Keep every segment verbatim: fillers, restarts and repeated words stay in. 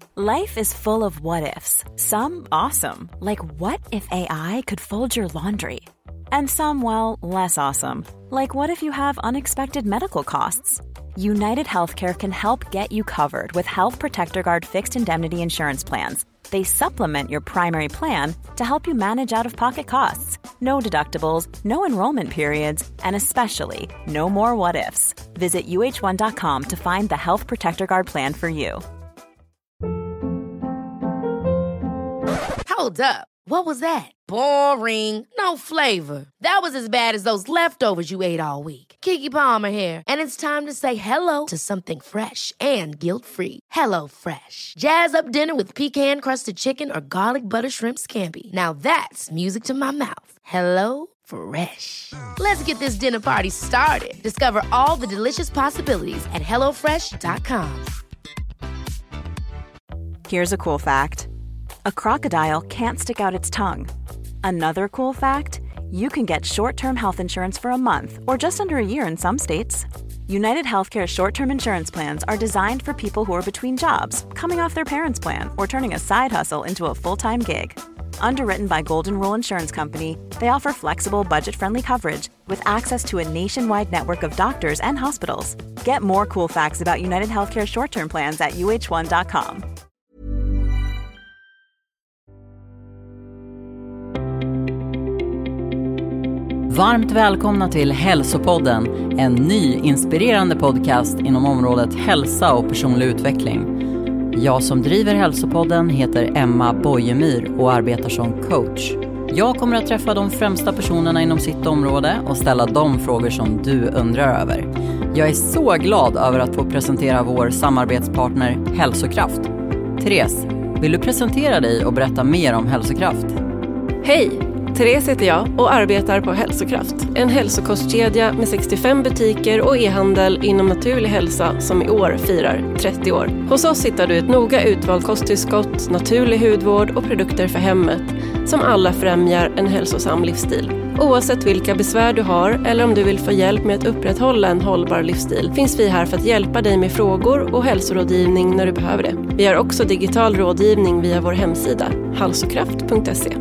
Life is full of what-ifs. Some awesome, like what if A I could fold your laundry? And some, well, less awesome, like what if you have unexpected medical costs? United Healthcare can help get you covered with Health Protector Guard fixed indemnity insurance plans. They supplement your primary plan to help you manage out-of-pocket costs. No deductibles, no enrollment periods, and especially no more what-ifs. Visit U H one dot com to find the Health Protector Guard plan for you. Hold up. What was that? Boring. No flavor. That was as bad as those leftovers you ate all week. Keke Palmer here, and it's time to say hello to something fresh and guilt-free. Hello Fresh. Jazz up dinner with pecan-crusted chicken or garlic butter shrimp scampi. Now that's music to my mouth. Hello Fresh. Let's get this dinner party started. Discover all the delicious possibilities at hello fresh dot com. Here's a cool fact. A crocodile can't stick out its tongue. Another cool fact, you can get short-term health insurance for a month or just under a year in some states. United Healthcare short-term insurance plans are designed for people who are between jobs, coming off their parents' plan, or turning a side hustle into a full-time gig. Underwritten by Golden Rule Insurance Company, they offer flexible, budget-friendly coverage with access to a nationwide network of doctors and hospitals. Get more cool facts about United Healthcare short-term plans at U H one dot com. Varmt välkomna till Hälsopodden, en ny inspirerande podcast inom området hälsa och personlig utveckling. Jag som driver Hälsopodden heter Emma Bojemyr och arbetar som coach. Jag kommer att träffa de främsta personerna inom sitt område och ställa de frågor som du undrar över. Jag är så glad över att få presentera vår samarbetspartner Hälsokraft. Therese, vill du presentera dig och berätta mer om Hälsokraft? Hej! Therese heter jag och arbetar på Hälsokraft. En hälsokostkedja med sextiofem butiker och e-handel inom naturlig hälsa som i år firar trettio år. Hos oss hittar du ett noga utvalt kosttillskott, naturlig hudvård och produkter för hemmet som alla främjar en hälsosam livsstil. Oavsett vilka besvär du har eller om du vill få hjälp med att upprätthålla en hållbar livsstil finns vi här för att hjälpa dig med frågor och hälsorådgivning när du behöver det. Vi har också digital rådgivning via vår hemsida hälsokraft punkt se.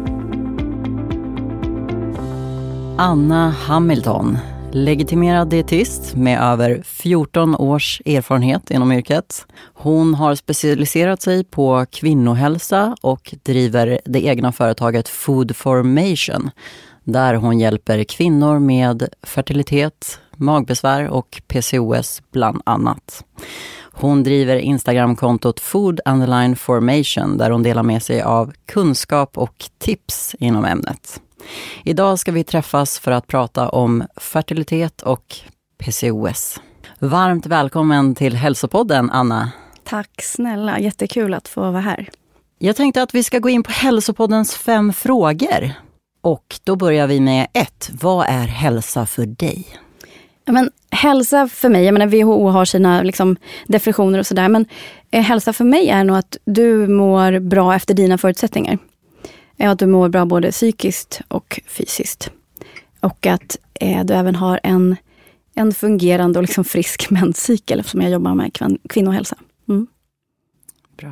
Anna Hamilton, legitimerad dietist med över fjorton års erfarenhet inom yrket. Hon har specialiserat sig på kvinnohälsa och driver det egna företaget Food Formation, där hon hjälper kvinnor med fertilitet, magbesvär och P C O S bland annat. Hon driver Instagramkontot Food Underline Formation där hon delar med sig av kunskap och tips inom ämnet. Idag ska vi träffas för att prata om fertilitet och P C O S. Varmt välkommen till Hälsopodden, Anna. Tack snälla, jättekul att få vara här. Jag tänkte att vi ska gå in på Hälsopoddens fem frågor. Och då börjar vi med ett. Vad är hälsa för dig? Ja, men, hälsa för mig, jag menar W H O har sina liksom, definitioner och sådär. Men eh, hälsa för mig är nog att du mår bra efter dina förutsättningar. Att du mår bra både psykiskt och fysiskt. Och att eh, du även har en, en fungerande och liksom frisk menscykel eftersom jag jobbar med kvin- kvinnohälsa. Mm. Bra.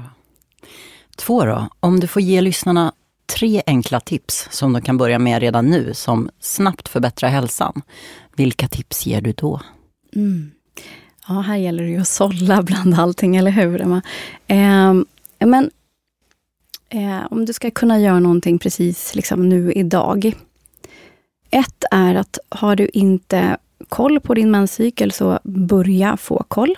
Två då. Om du får ge lyssnarna tre enkla tips som de kan börja med redan nu som snabbt förbättrar hälsan. Vilka tips ger du då? Mm. Ja, här gäller det ju att sålla bland allting, eller hur? Eh, men... Eh, om du ska kunna göra någonting precis liksom nu idag. Ett är att har du inte koll på din menscykel så börja få koll.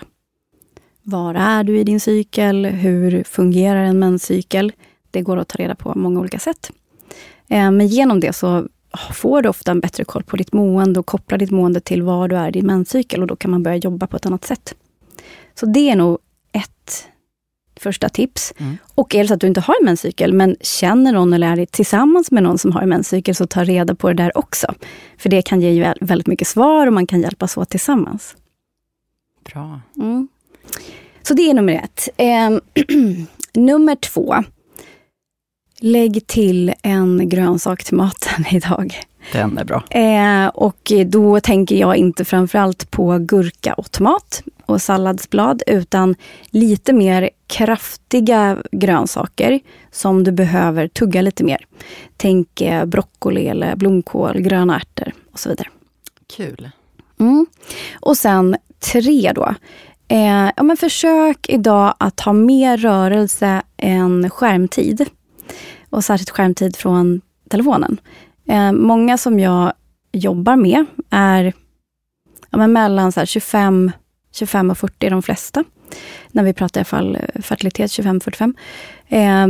Var är du i din cykel? Hur fungerar en menscykel? Det går att ta reda på många olika sätt. Eh, men genom det så får du ofta en bättre koll på ditt mående och koppla ditt mående till var du är i din menscykel och då kan man börja jobba på ett annat sätt. Så det är nog ett första tips. Mm. Och är det så att du inte har en menscykel men känner någon eller är tillsammans med någon som har en menscykel så ta reda på det där också. För det kan ge ju väldigt mycket svar och man kan hjälpas åt tillsammans. Bra. Mm. Så det är nummer ett. Eh, nummer två. Lägg till en grönsak till maten idag. Den är bra. Eh, och då tänker jag inte framförallt på gurka och tomat. och salladsblad, utan lite mer kraftiga grönsaker som du behöver tugga lite mer. Tänk eh, broccoli eller blomkål, gröna ärtor och så vidare. Kul. Mm. Och sen tre då. Eh, ja, men försök idag att ha mer rörelse än skärmtid. Och särskilt skärmtid från telefonen. Eh, många som jag jobbar med är ja, men mellan så här tjugofem, tjugofem och fyrtio, de flesta. När vi pratar i alla fall fertilitet tjugofem fyrtiofem. Eh,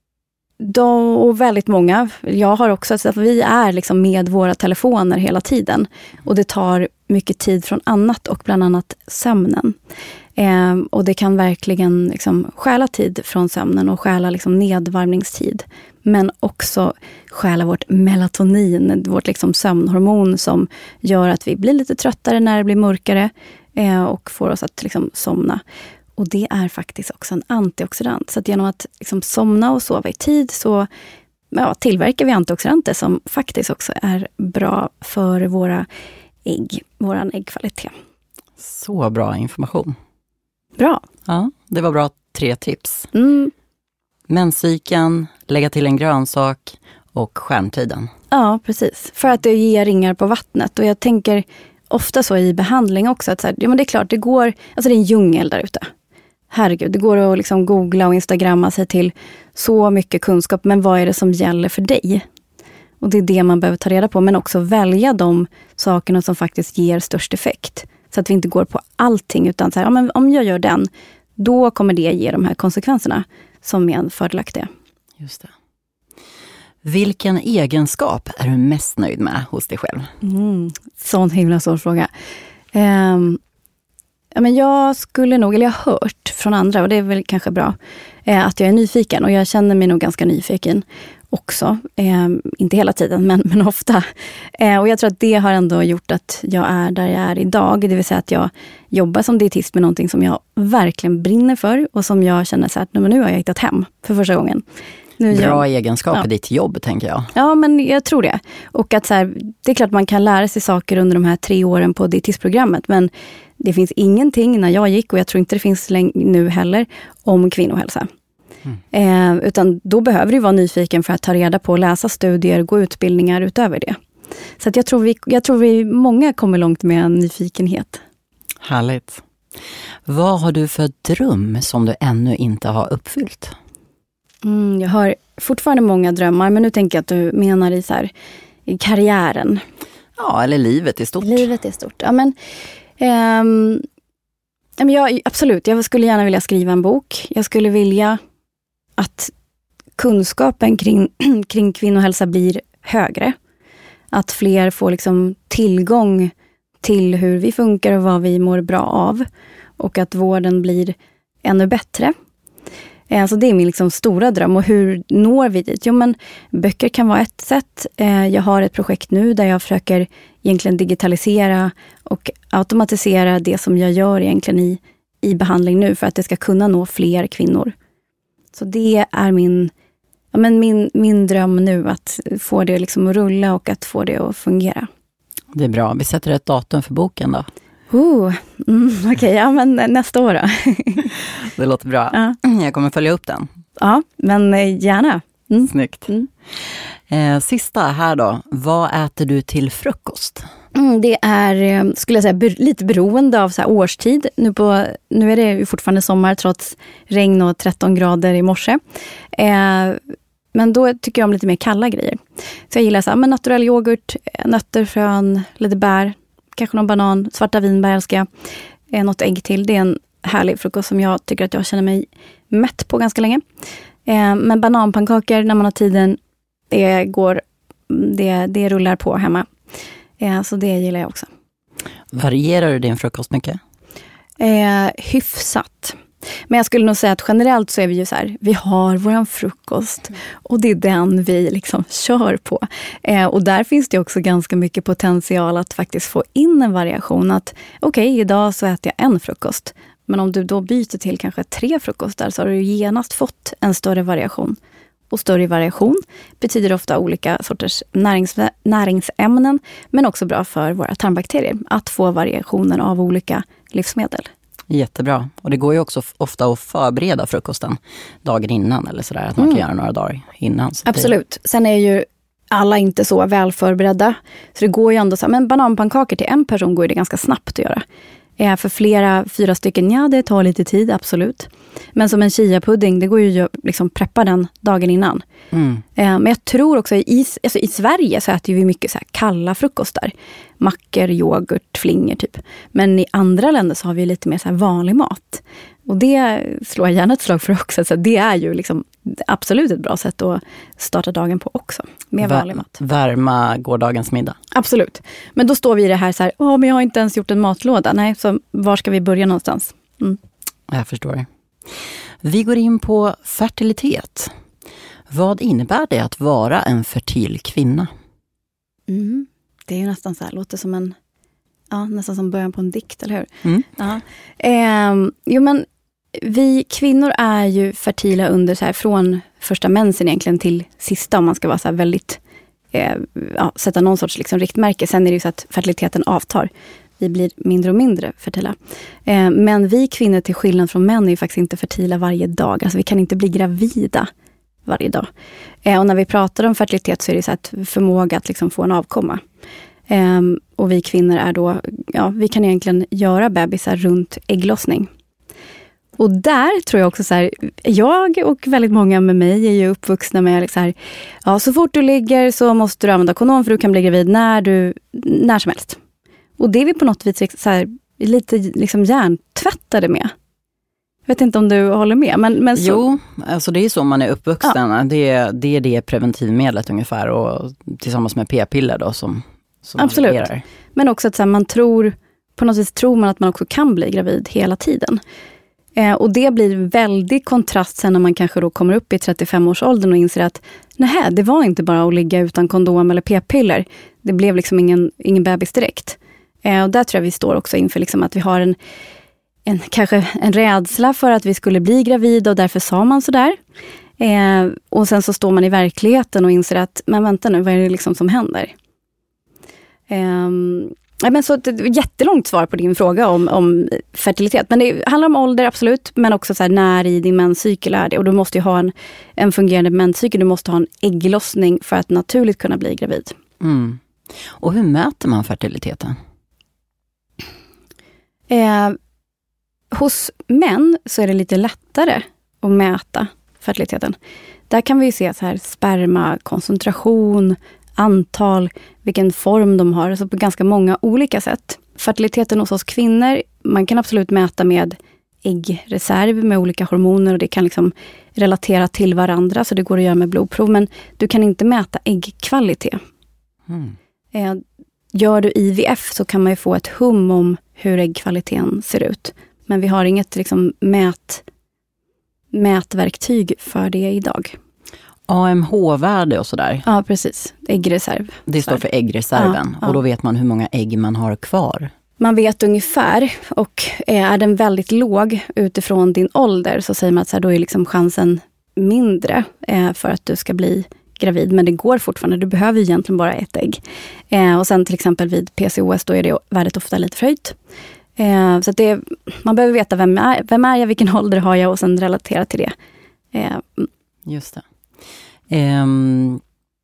då, och väldigt många, jag har också, så att vi är liksom med våra telefoner hela tiden. Och det tar mycket tid från annat och bland annat sömnen. Eh, och det kan verkligen liksom stjäla tid från sömnen och stjäla liksom nedvarvningstid. Men också stjäla vårt melatonin, vårt liksom sömnhormon som gör att vi blir lite tröttare när det blir mörkare eh, och får oss att liksom somna. Och det är faktiskt också en antioxidant. Så att genom att liksom somna och sova i tid så ja, tillverkar vi antioxidanter som faktiskt också är bra för våra ägg, våran äggkvalitet. Så bra information. Bra. Ja, det var bra tre tips. Mm. Menscykeln, lägga till en grönsak och skärmtiden. Ja, precis. För att det ger ringar på vattnet. Och jag tänker ofta så i behandling också. Att så här, ja, men det är klart, det går, alltså det är en djungel där ute. Herregud, det går att liksom googla och instagramma sig till så mycket kunskap. Men vad är det som gäller för dig? Och det är det man behöver ta reda på. Men också välja de sakerna som faktiskt ger störst effekt. Så att vi inte går på allting. Utan så här, ja, men om jag gör den, då kommer det ge de här konsekvenserna som är fördelaktiga. Just det. Vilken egenskap är du mest nöjd med hos dig själv? Mm, sån himla svår fråga. Um, ja, men jag skulle nog, eller jag har hört från andra, och det är väl kanske bra, eh, att jag är nyfiken. Och jag känner mig nog ganska nyfiken också. Eh, inte hela tiden, men, men ofta. Eh, och jag tror att det har ändå gjort att jag är där jag är idag. Det vill säga att jag jobbar som dietist med någonting som jag verkligen brinner för. Och som jag känner så att nu har jag hittat hem för första gången. Nu Bra jag, egenskap ja. i ditt jobb, tänker jag. Ja, men jag tror det. Och att så här, det är klart man kan lära sig saker under de här tre åren på dietistprogrammet. Men det finns ingenting när jag gick, och jag tror inte det finns nu heller, om kvinnohälsa. Mm. Eh, utan då behöver du vara nyfiken för att ta reda på, läsa studier, gå utbildningar utöver det. Så att jag tror vi, jag tror vi många kommer långt med en nyfikenhet. Härligt. Vad har du för dröm som du ännu inte har uppfyllt? Mm, jag har fortfarande många drömmar, men nu tänker jag att du menar i, så här, i karriären. Ja, eller livet i stort. Livet är stort, ja men... Um, jag, absolut, jag skulle gärna vilja skriva en bok. Jag skulle vilja att kunskapen kring, kring kvinnohälsa blir högre. Att fler får liksom tillgång till hur vi funkar och vad vi mår bra av. Och att vården blir ännu bättre. Alltså det är min liksom stora dröm. Och hur når vi dit? Jo, men böcker kan vara ett sätt. Jag har ett projekt nu där jag försöker egentligen digitalisera och automatisera det som jag gör egentligen i, i behandling nu, för att det ska kunna nå fler kvinnor. Så det är min, ja, men min, min dröm nu, att få det liksom att rulla och att få det att fungera. Det är bra. Vi sätter ett datum för boken då. Oh, mm, Okej, okay, ja men nästa år då. Det låter bra. Ja. Jag kommer följa upp den. Ja, men gärna. Mm. Snyggt. Mm. Eh, sista här då. Vad äter du till frukost? Mm, det är, skulle jag säga, ber- lite beroende av så här årstid. Nu, på, nu är det ju fortfarande sommar trots regn och tretton grader i morse. Eh, men då tycker jag om lite mer kalla grejer. Så jag gillar så här, men naturell yoghurt, nötter, frön, lite bär. Kanske någon banan, svarta vinbär älskar jag. Eh, något ägg till. Det är en härlig frukost som jag tycker att jag känner mig mätt på ganska länge. Eh, men bananpannkakor när man har tiden, det går, det, det rullar på hemma. Eh, så det gillar jag också. Varierar du din frukost mycket? Eh, hyfsat. Men jag skulle nog säga att generellt så är vi ju så här, vi har våran frukost och det är den vi liksom kör på. Eh, och där finns det också ganska mycket potential att faktiskt få in en variation. Att okej, okay, idag så äter jag en frukost. Men om du då byter till kanske tre frukostar så har du genast fått en större variation. Och större variation betyder ofta olika sorters närings, näringsämnen, men också bra för våra tarmbakterier att få variationer av olika livsmedel. Jättebra. Och det går ju också ofta att förbereda frukosten dagen innan eller sådär. Att man Mm. kan göra några dagar innan. Så Absolut. Det... Sen är ju alla inte så väl förberedda. Så det går ju ändå så här, men bananpannkakor till en person går det ganska snabbt att göra. Eh, för flera, fyra stycken, ja det tar lite tid, absolut. Men som en chia-pudding, det går ju att liksom preppa den dagen innan. Mm. Eh, men jag tror också, i, alltså i Sverige så äter vi mycket så här kalla frukostar. Mackor, yoghurt, flingor typ. Men i andra länder så har vi lite mer så här vanlig mat. Och det slår jag gärna ett slag för också. Så det är ju liksom absolut ett bra sätt att starta dagen på också. Med Vär, vanlig mat. Värma gårdagens middag. Absolut. Men då står vi i det här så här, åh men jag har inte ens gjort en matlåda. Nej, så var ska vi börja någonstans? Mm. Jag förstår. Vi går in på fertilitet. Vad innebär det att vara en fertil kvinna? Mm. Det är ju nästan så här, låter som en, ja, nästan som början på en dikt, eller hur? Mm. Ja. Eh, jo men, vi kvinnor är ju fertila under så här, från första mensen egentligen till sista, om man ska vara så här väldigt, eh, ja, sätta någon sorts liksom riktmärke. Sen är det ju så att fertiliteten avtar. Vi blir mindre och mindre fertila. Eh, men vi kvinnor, till skillnad från män, är ju faktiskt inte fertila varje dag. Alltså vi kan inte bli gravida varje dag. Eh, och när vi pratar om fertilitet så är det så att förmåga att liksom få en avkomma. Eh, och vi kvinnor är då, ja, vi kan egentligen göra bebisar runt ägglossning. Och där tror jag också så här, jag och väldigt många med mig är ju uppvuxna med så här, ja, så fort du ligger så måste du använda kondom för du kan bli gravid när du, när som helst. Och det är vi på något vis så här, lite liksom hjärntvättade med. Jag vet inte om du håller med. Men, men så... Jo, alltså det är så man är uppvuxen. Ja. Det, det är det preventivmedlet ungefär. Och tillsammans med p-piller då som, som absolut. Agerar. Men också att så här, man tror, på något vis tror man att man också kan bli gravid hela tiden. Eh, och det blir väldigt kontrast sen när man kanske då kommer upp i trettiofem-årsåldern och inser att nej, det var inte bara att ligga utan kondom eller p-piller. Det blev liksom ingen, ingen bebis direkt. Eh, och där tror jag vi står också inför liksom att vi har en, en, kanske en rädsla för att vi skulle bli gravida och därför sa man sådär. Eh, och sen så står man i verkligheten och inser att, men vänta nu, vad är det liksom som händer? Eh, men så ett jättelångt svar på din fråga om, om fertilitet. Men det handlar om ålder, absolut. Men också så här, när i din menscykel är det. Och du måste ju ha en, en fungerande menscykel. Du måste ha en ägglossning för att naturligt kunna bli gravid. Mm. Och hur mäter man fertiliteten? Eh, hos män så är det lite lättare att mäta fertiliteten. Där kan vi se så här sperma, koncentration, antal, vilken form de har, alltså på ganska många olika sätt. Fertiliteten hos oss kvinnor, man kan absolut mäta med äggreserv med olika hormoner och det kan liksom relatera till varandra, så det går att göra med blodprov, men du kan inte mäta äggkvalitet. Mm. Eh, gör du I V F så kan man ju få ett hum om hur äggkvaliteten ser ut, men vi har inget liksom mät, mätverktyg för det idag. A M H-värde och sådär. Ja, precis. Äggreserv. Det står för äggreserven. Ja, ja. Och då vet man hur många ägg man har kvar. Man vet ungefär, och är den väldigt låg utifrån din ålder så säger man att så här, då är liksom chansen mindre eh, för att du ska bli gravid. Men det går fortfarande, du behöver egentligen bara ett ägg. Eh, och sen till exempel vid P C O S då är det värdet ofta lite förhöjt. Eh, så att det, man behöver veta vem är, vem är jag, vilken ålder har jag och sen relatera till det. Eh, Just det. Um,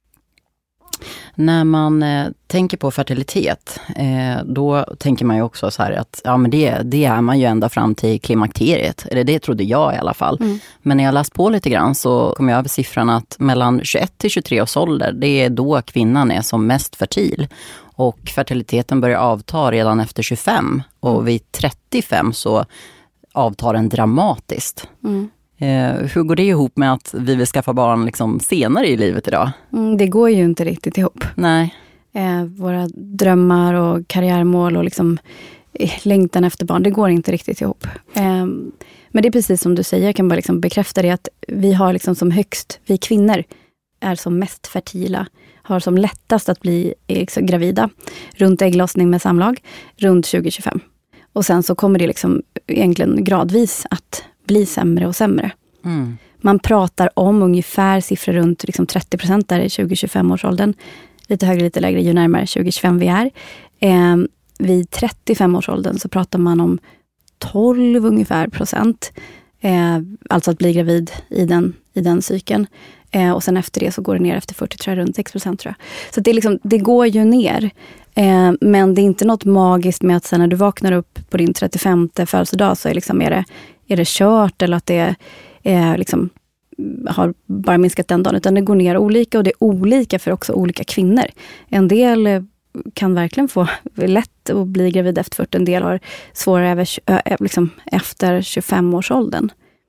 när man eh, tänker på fertilitet, eh, då tänker man ju också så här att ja, men det, det är man ju ända fram till klimakteriet. Eller det trodde jag i alla fall. Mm. Men när jag läst på lite grann så kom jag över siffran att mellan tjugoett till tjugotre års ålder, det är då kvinnan är som mest fertil. Och fertiliteten börjar avta redan efter tjugofem. Och vid trettiofem så avtar den dramatiskt. Mm. Eh, hur går det ihop med att vi vill skaffa barn liksom senare i livet idag? Mm, det går ju inte riktigt ihop. Nej. Eh, våra drömmar och karriärmål och liksom, eh, längtan efter barn, det går inte riktigt ihop. Eh, men det är precis som du säger, jag kan bara liksom bekräfta det, att vi har liksom som högst, vi kvinnor är som mest fertila, har som lättast att bli liksom gravida runt ägglossning med samlag runt tjugo tjugofem. Och sen så kommer det liksom egentligen gradvis att bli sämre och sämre. Mm. Man pratar om ungefär siffror runt liksom trettio procent där i tjugo tjugofem års åldern. Lite högre, lite lägre ju närmare tjugo tjugofem vi är. Eh, vid trettiofem års åldern så pratar man om tolv ungefär procent. Eh, alltså att bli gravid i den, i den cykeln. Eh, och sen efter det så går det ner efter fyrtio, tror jag, runt sex procent tror jag. Så det, är liksom, det går ju ner. Eh, men det är inte något magiskt med att sen när du vaknar upp på din trettiofemte födelsedag så är, liksom, är, det, är det kört eller att det är, liksom, har bara minskat den dagen. Utan det går ner olika och det är olika för också olika kvinnor. En del kan verkligen få lätt att bli gravid efter fyrtio. En del har svårare över, liksom, efter tjugofem-årsåldern.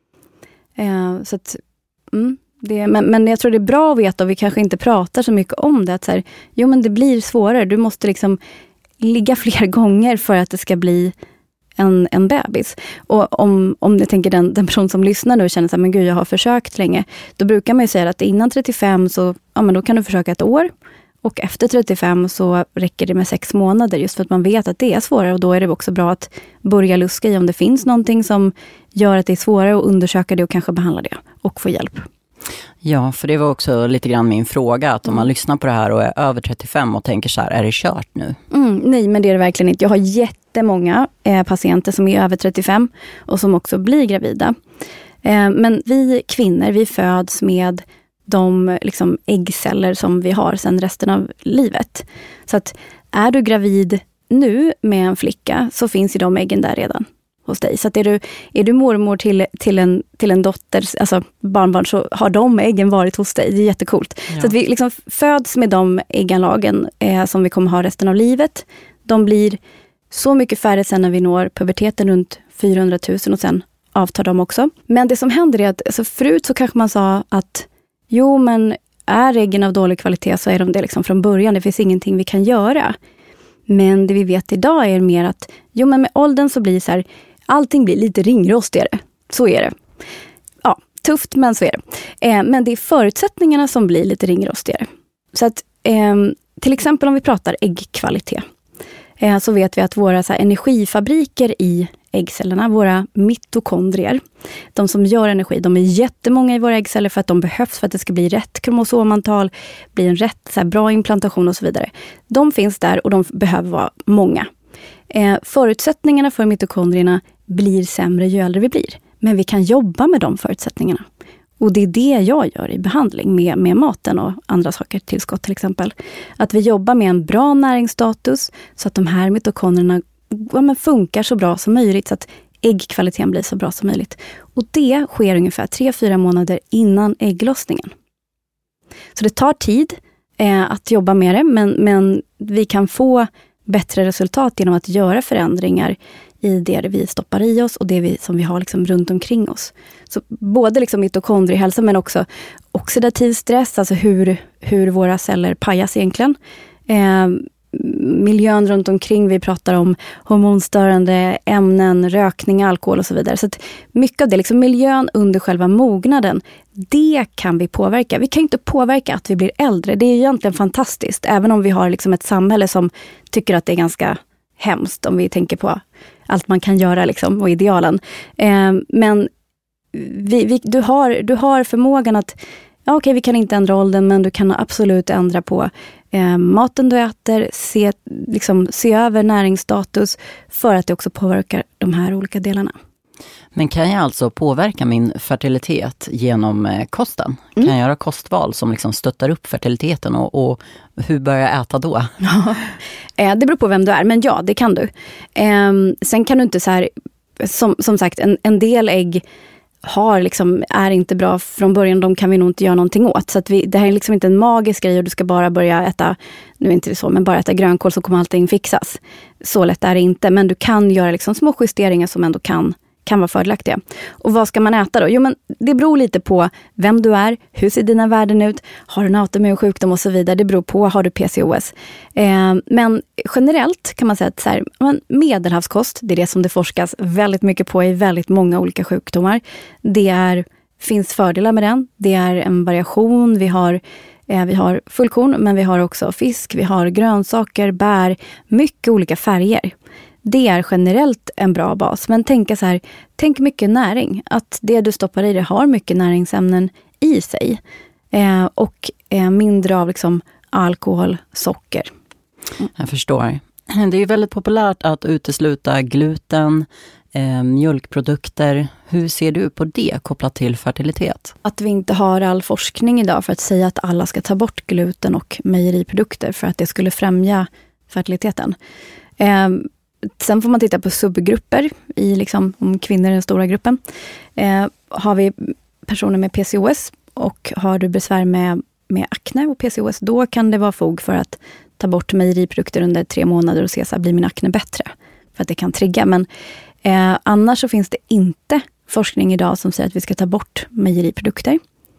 Eh, så att, mm, det, men, men jag tror det är bra att veta, och vi kanske inte pratar så mycket om det, att så här, jo men det blir svårare. Du måste liksom ligga fler gånger för att det ska bli en, en bebis. Och om, om du tänker den, den person som lyssnar nu och känner så här, men gud jag har försökt länge. Då brukar man ju säga att innan trettiofem så, ja men då kan du försöka ett år. Och efter trettiofem så räcker det med sex månader, just för att man vet att det är svårare. Och då är det också bra att börja luska i om det finns någonting som gör att det är svårare, och undersöka det och kanske behandla det och få hjälp. Ja, för det var också lite grann min fråga, att om man lyssnar på det här och är över trettiofem och tänker så här, är det kört nu? Mm, nej, men det är det verkligen inte. Jag har jättemånga eh, patienter som är över trettiofem och som också blir gravida. Eh, men vi kvinnor, vi föds med de liksom, äggceller som vi har sedan resten av livet. Så att är du gravid nu med en flicka så finns ju de äggen där redan hos dig. Så att är du, är du mormor till, till, en, till en dotter, alltså barnbarn, så har de äggen varit hos dig. Det är jättekult. Ja. Så att vi liksom föds med de ägganlagen eh, som vi kommer ha resten av livet. De blir så mycket färre sen när vi når puberteten, runt fyrahundratusen, och sen avtar de också. Men det som händer är att alltså förut så kanske man sa att jo, men är äggen av dålig kvalitet så är de det liksom från början. Det finns ingenting vi kan göra. Men det vi vet idag är mer att jo, men med åldern så blir så här, allting blir lite ringrostigare. Så är det. Ja, tufft, men så är det. Eh, men det är förutsättningarna som blir lite ringrostigare. Så att eh, till exempel om vi pratar äggkvalitet, eh, så vet vi att våra så här, energifabriker i äggcellerna, våra mitokondrier, de som gör energi, de är jättemånga i våra äggceller för att de behövs för att det ska bli rätt kromosomantal, bli en rätt så här, bra implantation och så vidare. De finns där och de behöver vara många. Eh, förutsättningarna för mitokondrierna blir sämre ju äldre vi blir. Men vi kan jobba med de förutsättningarna. Och det är det jag gör i behandling med, med maten och andra saker, tillskott till exempel. Att vi jobbar med en bra näringsstatus så att de här mitokondrierna ja, men funkar så bra som möjligt, så att äggkvaliteten blir så bra som möjligt. Och det sker ungefär tre fyra månader innan ägglossningen. Så det tar tid eh, att jobba med det, men, men vi kan få bättre resultat genom att göra förändringar i det vi stoppar i oss och det vi, som vi har liksom runt omkring oss. Så både liksom mitokondriehälsa men också oxidativ stress, alltså hur, hur våra celler pajas egentligen. Eh, miljön runt omkring, vi pratar om hormonstörande ämnen, rökning, alkohol och så vidare. Så att mycket av det, liksom miljön under själva mognaden, det kan vi påverka. Vi kan inte påverka att vi blir äldre. Det är egentligen fantastiskt, även om vi har liksom ett samhälle som tycker att det är ganska hemskt om vi tänker på allt man kan göra liksom, och idealen. Eh, men vi, vi, du, har, du har förmågan att ja, okej, vi kan inte ändra åldern, men du kan absolut ändra på eh, maten du äter, se, liksom, se över näringsstatus för att det också påverkar de här olika delarna. Men kan jag alltså påverka min fertilitet genom eh, kosten? Mm. Kan jag göra kostval som liksom stöttar upp fertiliteten och, och hur börjar jag äta då? Ja, eh, det beror på vem du är, men ja, det kan du. Eh, sen kan du inte så här, som, som sagt, en, en del ägg har liksom, är inte bra från början, de kan vi nog inte göra någonting åt. Så att vi, det här är liksom inte en magisk grej och du ska bara börja äta, nu är inte det så, men bara äta grönkål så kommer allting fixas. Så lätt är det inte, men du kan göra liksom små justeringar som ändå kan kan vara fördelaktiga. Och vad ska man äta då? Jo, men det beror lite på vem du är, hur ser dina värden ut, har du en autoimmun sjukdom och så vidare. Det beror på, har du P C O S. Eh, men generellt kan man säga att så här, medelhavskost, det är det som det forskas väldigt mycket på i väldigt många olika sjukdomar. Det är, finns fördelar med den. Det är en variation. Vi har eh, vi har fullkorn, men vi har också fisk, vi har grönsaker, bär, mycket olika färger. Det är generellt en bra bas. Men tänka så här, tänk mycket näring. Att det du stoppar i det har mycket näringsämnen i sig. Eh, och eh, mindre av liksom alkohol, socker. Jag förstår. Det är ju väldigt populärt att utesluta gluten, eh, mjölkprodukter. Hur ser du på det kopplat till fertilitet? Att vi inte har all forskning idag för att säga att alla ska ta bort gluten och mejeriprodukter för att det skulle främja fertiliteten. Eh, sen får man titta på subgrupper, i liksom, om kvinnor är den stora gruppen. Eh, har vi personer med P C O S och har du besvär med, med akne och P C O S, då kan det vara fog för att ta bort mejeriprodukter under tre månader och se så här, blir min akne bättre? För att det kan trigga. Men eh, annars så finns det inte forskning idag som säger att vi ska ta bort mejeriprodukter.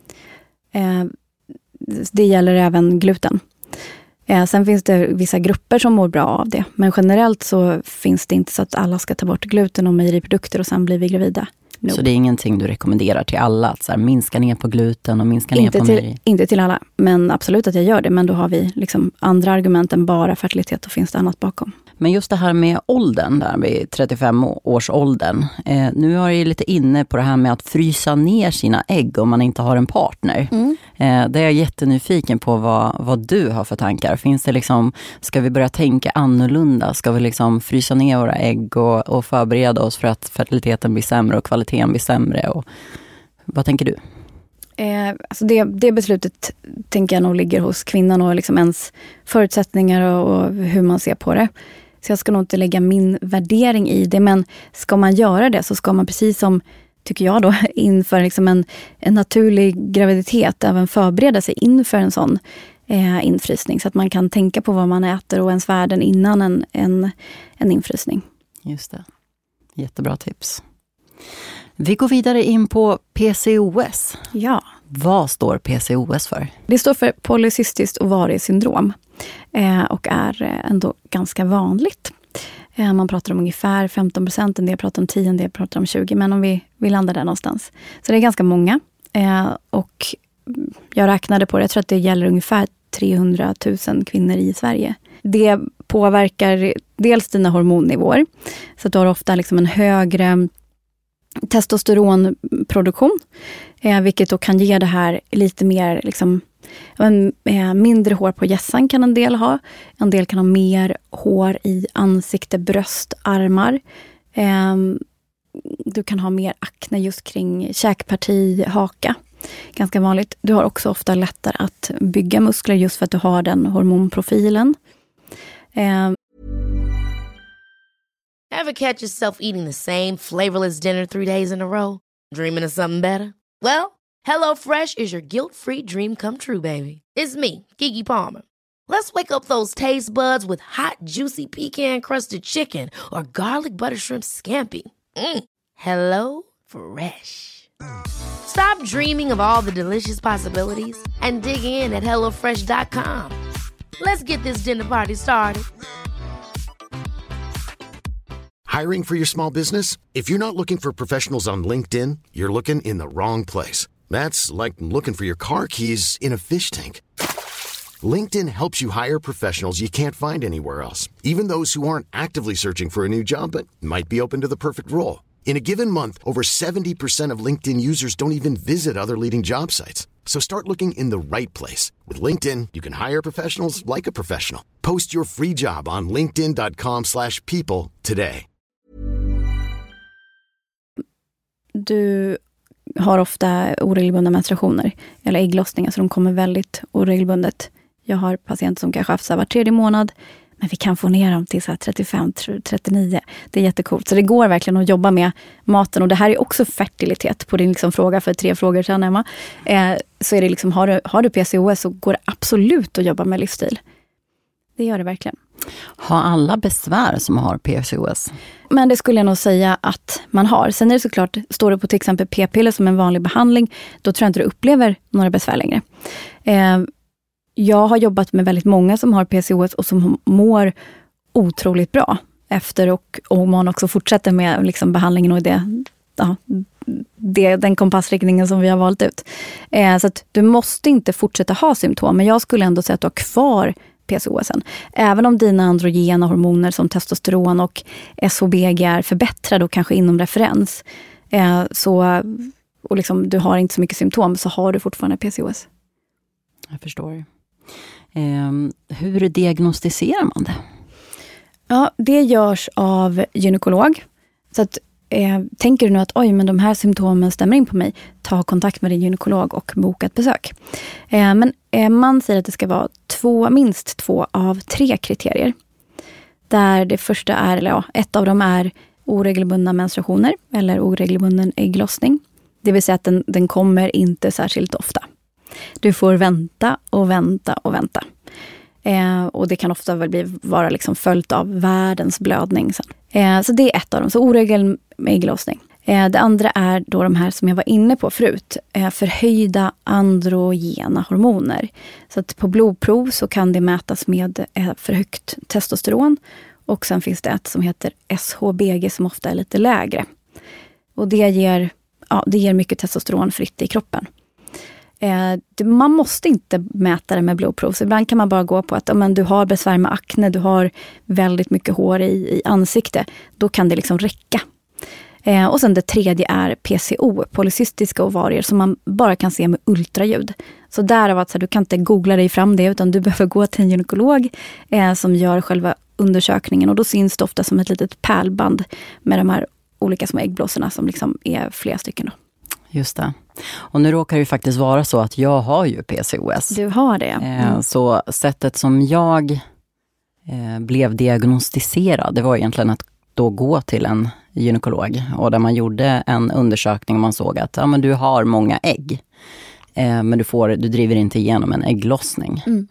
Eh, det gäller även gluten. Eh, sen finns det vissa grupper som mår bra av det. Men generellt så finns det inte så att alla ska ta bort gluten och mejeriprodukter och sen blir vi gravida. No. Så det är ingenting du rekommenderar till alla? Att så här, minska ner på gluten och minska inte ner på till, mejeri? Inte till alla, men absolut att jag gör det. Men då har vi liksom andra argument än bara fertilitet och finns det annat bakom. Men just det här med åldern, där vid trettiofem års åldern. Eh, nu är jag lite inne på det här med att frysa ner sina ägg om man inte har en partner. Mm. Eh, det är jag jättenyfiken på vad, vad du har för tankar. Finns det liksom, ska vi börja tänka annorlunda? Ska vi liksom frysa ner våra ägg och, och förbereda oss för att fertiliteten blir sämre och kvaliteten blir sämre? Och, vad tänker du? Eh, alltså det, det beslutet tänker jag nog ligger hos kvinnan och liksom ens förutsättningar och, och hur man ser på det. Så jag ska nog inte lägga min värdering i det. Men ska man göra det så ska man precis som, tycker jag då, inför liksom en, en naturlig graviditet även förbereda sig inför en sån eh, infrysning. Så att man kan tänka på vad man äter och ens värden innan en, en, en infrysning. Just det. Jättebra tips. Vi går vidare in på P C O S. Ja. Vad står P C O S för? Det står för polycystiskt ovariesyndrom eh, och är ändå ganska vanligt. Eh, man pratar om ungefär femton procent, en del pratar om tio, en del pratar om tjugo, men om vi, vi landar där någonstans. Så det är ganska många eh, och jag räknade på det, jag tror att det gäller ungefär trehundratusen kvinnor i Sverige. Det påverkar dels dina hormonnivåer, så att du har ofta liksom en högre testosteronproduktion, eh, vilket då kan ge det här lite mer liksom, en, eh, mindre hår på hjässan kan en del ha. En del kan ha mer hår i ansikte, bröst, armar. Eh, du kan ha mer akne just kring käkparti, haka. Ganska vanligt. Du har också ofta lättare att bygga muskler just för att du har den hormonprofilen. Eh, Ever catch yourself eating the same flavorless dinner three days in a row? Dreaming of something better? Well, HelloFresh is your guilt-free dream come true, baby. It's me, Keke Palmer. Let's wake up those taste buds with hot, juicy pecan-crusted chicken or garlic butter shrimp scampi. Mm. Hello Fresh. Stop dreaming of all the delicious possibilities and dig in at hello fresh dot com. Let's get this dinner party started. Hiring for your small business? If you're not looking for professionals on LinkedIn, you're looking in the wrong place. That's like looking for your car keys in a fish tank. LinkedIn helps you hire professionals you can't find anywhere else, even those who aren't actively searching for a new job but might be open to the perfect role. In a given month, over seventy percent of LinkedIn users don't even visit other leading job sites. So start looking in the right place. With LinkedIn, you can hire professionals like a professional. Post your free job on linkedin dot com slash people today. Du har ofta oregelbundna menstruationer eller ägglossningar, så de kommer väldigt oregelbundet. Jag har patienter som kanske haft så här var tredje månad, men vi kan få ner dem till så här trettiofem trettionio. Det är jättekult. Så det går verkligen att jobba med maten. Och det här är också fertilitet på din liksom fråga för tre frågor sedan, Emma. Eh, så är det liksom, har du, har du P C O S så går det absolut att jobba med livsstil. Det gör det verkligen. Har alla besvär som har P C O S? Men det skulle jag nog säga att man har. Sen är det såklart, står det på till exempel p-piller som en vanlig behandling, då tror jag inte du upplever några besvär längre. Eh, jag har jobbat med väldigt många som har P C O S och som mår otroligt bra efter, och, och man också fortsätter med liksom behandlingen och det, ja, det, den kompassriktningen som vi har valt ut. Eh, så att du måste inte fortsätta ha symptom, men jag skulle ändå säga att du har kvar P C O S. Även om dina androgena hormoner som testosteron och S H B G är förbättrade och kanske inom referens, eh, så, och liksom, du har inte så mycket symptom, så har du fortfarande P C O S. Jag förstår. Eh, hur diagnostiserar man det? Ja, det görs av gynekolog. Så att eh, tänker du nu att oj, men de här symptomen stämmer in på mig, ta kontakt med din gynekolog och boka ett besök. Eh, men eh, man säger att det ska vara två, minst två av tre kriterier. Där det första är, eller ja, ett av dem är oregelbundna menstruationer eller oregelbunden ägglossning. Det vill säga att den, den kommer inte särskilt ofta. Du får vänta och vänta och vänta. Eh, och det kan ofta väl bli, vara liksom följt av världens blödning sen. Eh, så det är ett av dem, så oregelbunden ägglossning. Eh, det andra är då de här som jag var inne på förut, eh, förhöjda androgena hormoner. Så att på blodprov så kan det mätas med eh, för högt testosteron. Och sen finns det ett som heter S H B G som ofta är lite lägre. Och det ger, ja, det ger mycket testosteron fritt i kroppen. Eh, det, man måste inte mäta det med blodprov. Så ibland kan man bara gå på att om du har besvär med akne, du har väldigt mycket hår i, i ansikte. Då kan det liksom räcka. Eh, och sen det tredje är P C O, polycystiska ovarier, som man bara kan se med ultraljud. Så därav att så, du kan inte googla dig fram det, utan du behöver gå till en gynekolog eh, som gör själva undersökningen. Och då syns det ofta som ett litet pärlband med de här olika små äggblåsorna som liksom är flera stycken då. Just det. Och nu råkar det ju faktiskt vara så att jag har ju P C O S. Du har det, mm. eh, Så sättet som jag eh, blev diagnostiserad, det var egentligen att då gå till en gynekolog. Och där man gjorde en undersökning och man såg att ja, men du har många ägg. Eh, men du, får, du driver inte igenom en ägglossning. Mm.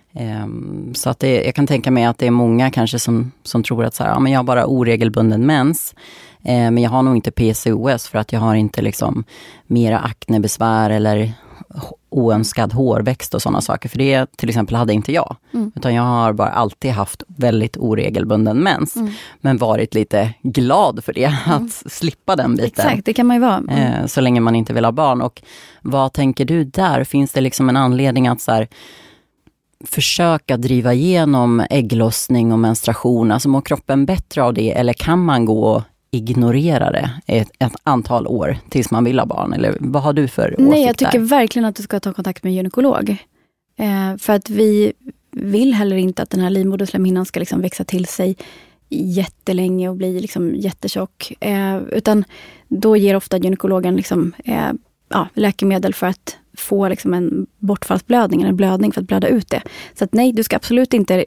Eh, så att det, jag kan tänka mig att det är många kanske som, som tror att så här, ja, men jag har bara oregelbunden mens. Eh, men jag har nog inte P C O S för att jag har inte liksom mera aknebesvär eller oönskad hårväxt och sådana saker. För det till exempel hade inte jag. Mm. Utan jag har bara alltid haft väldigt oregelbunden mens. Mm. Men varit lite glad för det. Mm. Att slippa den biten. Exakt, det kan man ju vara. Mm. Eh, så länge man inte vill ha barn. Och vad tänker du där? Finns det liksom en anledning att så här, försöka driva igenom ägglossning och menstruation? Alltså mår kroppen bättre av det? Eller kan man gå och ignorera det ett, ett antal år tills man vill ha barn? Eller vad har du för åsikt? Nej, jag tycker där? verkligen att du ska ta kontakt med en gynekolog. Eh, för att vi vill heller inte att den här livmoderslemhinnan ska liksom växa till sig jättelänge och bli liksom jättetjock. Eh, utan då ger ofta gynekologen liksom, eh, ja, läkemedel för att få liksom en bortfallsblödning, en blödning för att blöda ut det. Så att nej, du ska absolut inte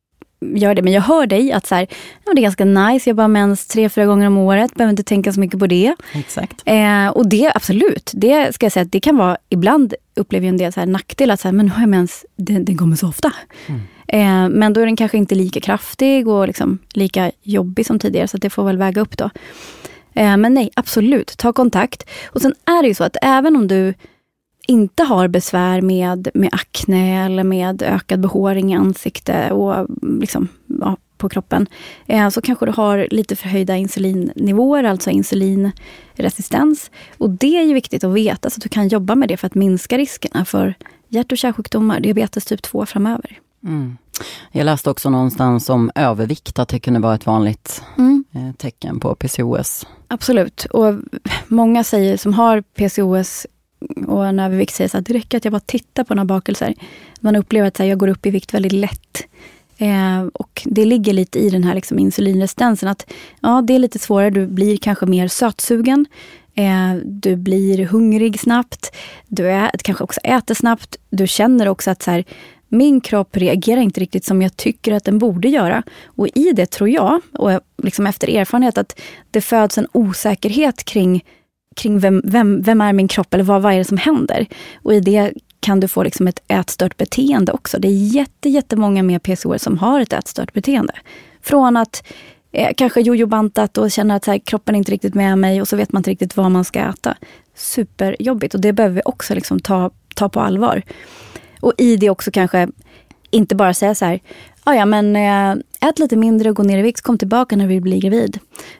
gör det. Men jag hör dig att så här, ja, det är ganska nice. Jag bara mens tre, fyra gånger om året. Behöver inte tänka så mycket på det. Exakt. Eh, och det, absolut. Det ska jag säga att det kan vara, ibland upplever jag en del så här nackdel att så här, men nu har jag mens, den, den kommer så ofta. Mm. Eh, men då är den kanske inte lika kraftig och liksom lika jobbig som tidigare. Så att det får väl väga upp då. Eh, men nej, absolut. Ta kontakt. Och sen är det ju så att även om du inte har besvär med, med akne eller med ökad behåring i ansikte och liksom, ja, på kroppen, eh, så kanske du har lite förhöjda insulinnivåer, alltså insulinresistens. Och det är ju viktigt att veta så att du kan jobba med det för att minska riskerna för hjärt- och kärlsjukdomar, diabetes typ två framöver. Mm. Jag läste också någonstans om övervikt, att det kunde vara ett vanligt mm. eh, tecken på P C O S. Absolut, och många säger som har P C O S och en övervikt säger så att det räcker att jag bara tittar på några bakelser. Man upplever att så här, jag går upp i vikt väldigt lätt. Eh, och det ligger lite i den här liksom, insulinresistensen att ja, det är lite svårare. Du blir kanske mer sötsugen. Eh, du blir hungrig snabbt. Du är, kanske också äter snabbt. Du känner också att så här, min kropp reagerar inte riktigt som jag tycker att den borde göra. Och i det tror jag, och liksom efter erfarenhet, att det föds en osäkerhet kring kring vem, vem, vem är min kropp eller vad, vad är det som händer. Och i det kan du få liksom ett ätstört beteende också. Det är jätte, jättemånga med P C O S som har ett ätstört beteende. Från att eh, kanske jojobantat och känna att så här, kroppen är inte riktigt med mig och så vet man inte riktigt vad man ska äta. Superjobbigt och det behöver vi också liksom ta, ta på allvar. Och i det också kanske inte bara säga så här, ja men ät lite mindre och gå ner i vikt, kom tillbaka när vi blir gravid.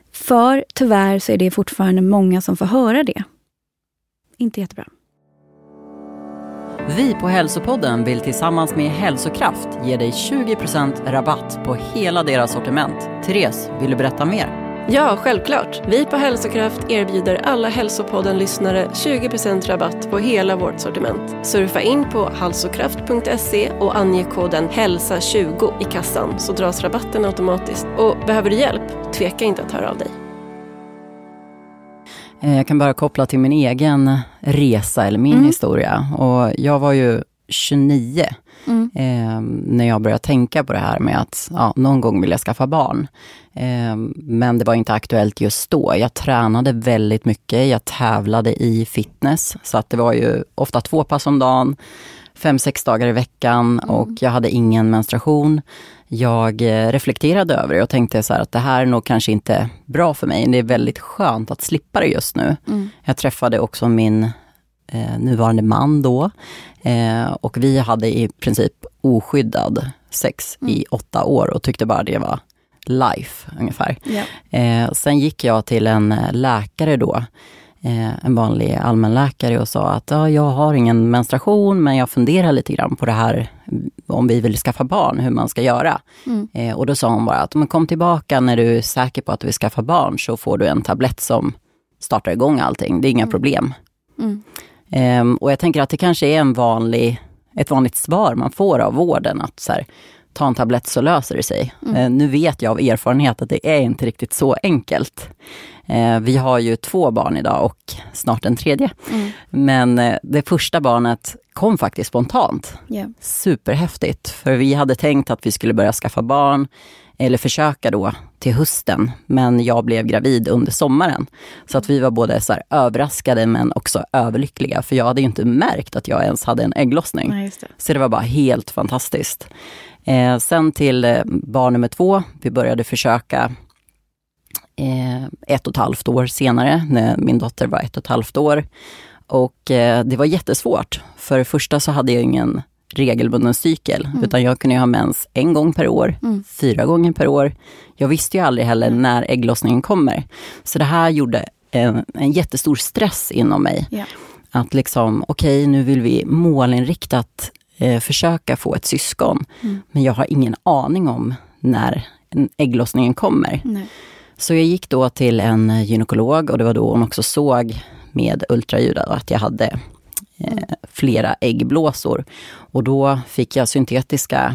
För tyvärr så är det fortfarande många som får höra det. Inte jättebra. Vi på Hälsopodden vill tillsammans med Hälsokraft ge dig tjugo procent rabatt på hela deras sortiment. Therese, vill du berätta mer? Ja, självklart. Vi på Hälsokraft erbjuder alla Hälsopodden-lyssnare tjugo procent rabatt på hela vårt sortiment. Surfa in på hälsokraft punkt se och ange koden hälsa tjugo i kassan så dras rabatten automatiskt. Och behöver du hjälp, tveka inte att höra av dig. Jag kan bara koppla till min egen resa eller min mm. historia. Och jag var ju tjugonio mm. eh, när jag började tänka på det här med att ja, någon gång vill jag skaffa barn. Eh, men det var inte aktuellt just då. Jag tränade väldigt mycket. Jag tävlade i fitness. Så att det var ju ofta två pass om dagen. Fem, sex dagar i veckan. Mm. Och jag hade ingen menstruation. Jag reflekterade över det och tänkte så här att det här är nog kanske inte bra för mig. Det är väldigt skönt att slippa det just nu. Mm. Jag träffade också min eh, nuvarande man då. Eh, och vi hade i princip oskyddad sex mm. i åtta år och tyckte bara det var life ungefär. Yeah. Eh, sen gick jag till en läkare då. Eh, en vanlig allmänläkare och sa att ja, jag har ingen menstruation men jag funderar lite grann på det här om vi vill skaffa barn, hur man ska göra. Mm. Eh, och då sa hon bara att om man kom tillbaka när du är säker på att du vill skaffa barn så får du en tablett som startar igång allting. Det är inga mm. problem. Mm. Eh, och jag tänker att det kanske är en vanlig, ett vanligt svar man får av vården att så här, ta en tablett så löser det sig. Mm. Eh, nu vet jag av erfarenhet att det är inte riktigt så enkelt. Eh, vi har ju två barn idag och snart en tredje. Mm. Men eh, det första barnet kom faktiskt spontant. Yeah. Superhäftigt. För vi hade tänkt att vi skulle börja skaffa barn eller försöka då till hösten. Men jag blev gravid under sommaren. Så att vi var både så här överraskade men också överlyckliga. För jag hade ju inte märkt att jag ens hade en ägglossning. Nej, just det. Så det var bara helt fantastiskt. Eh, sen till eh, barn nummer två. Vi började försöka eh, ett och ett halvt år senare. När min dotter var ett och ett halvt år. Och eh, det var jättesvårt. För det första så hade jag ingen regelbunden cykel. Mm. Utan jag kunde ha mens en gång per år. Mm. Fyra gånger per år. Jag visste ju aldrig heller mm. när ägglossningen kommer. Så det här gjorde en, en jättestor stress inom mig. Yeah. Att liksom, okej, okay, nu vill vi målinriktat eh, försöka få ett syskon. Mm. Men jag har ingen aning om när ägglossningen kommer. Nej. Så jag gick då till en gynekolog och det var då hon också såg med ultraljud att jag hade eh, mm. flera äggblåsor. Och då fick jag syntetiska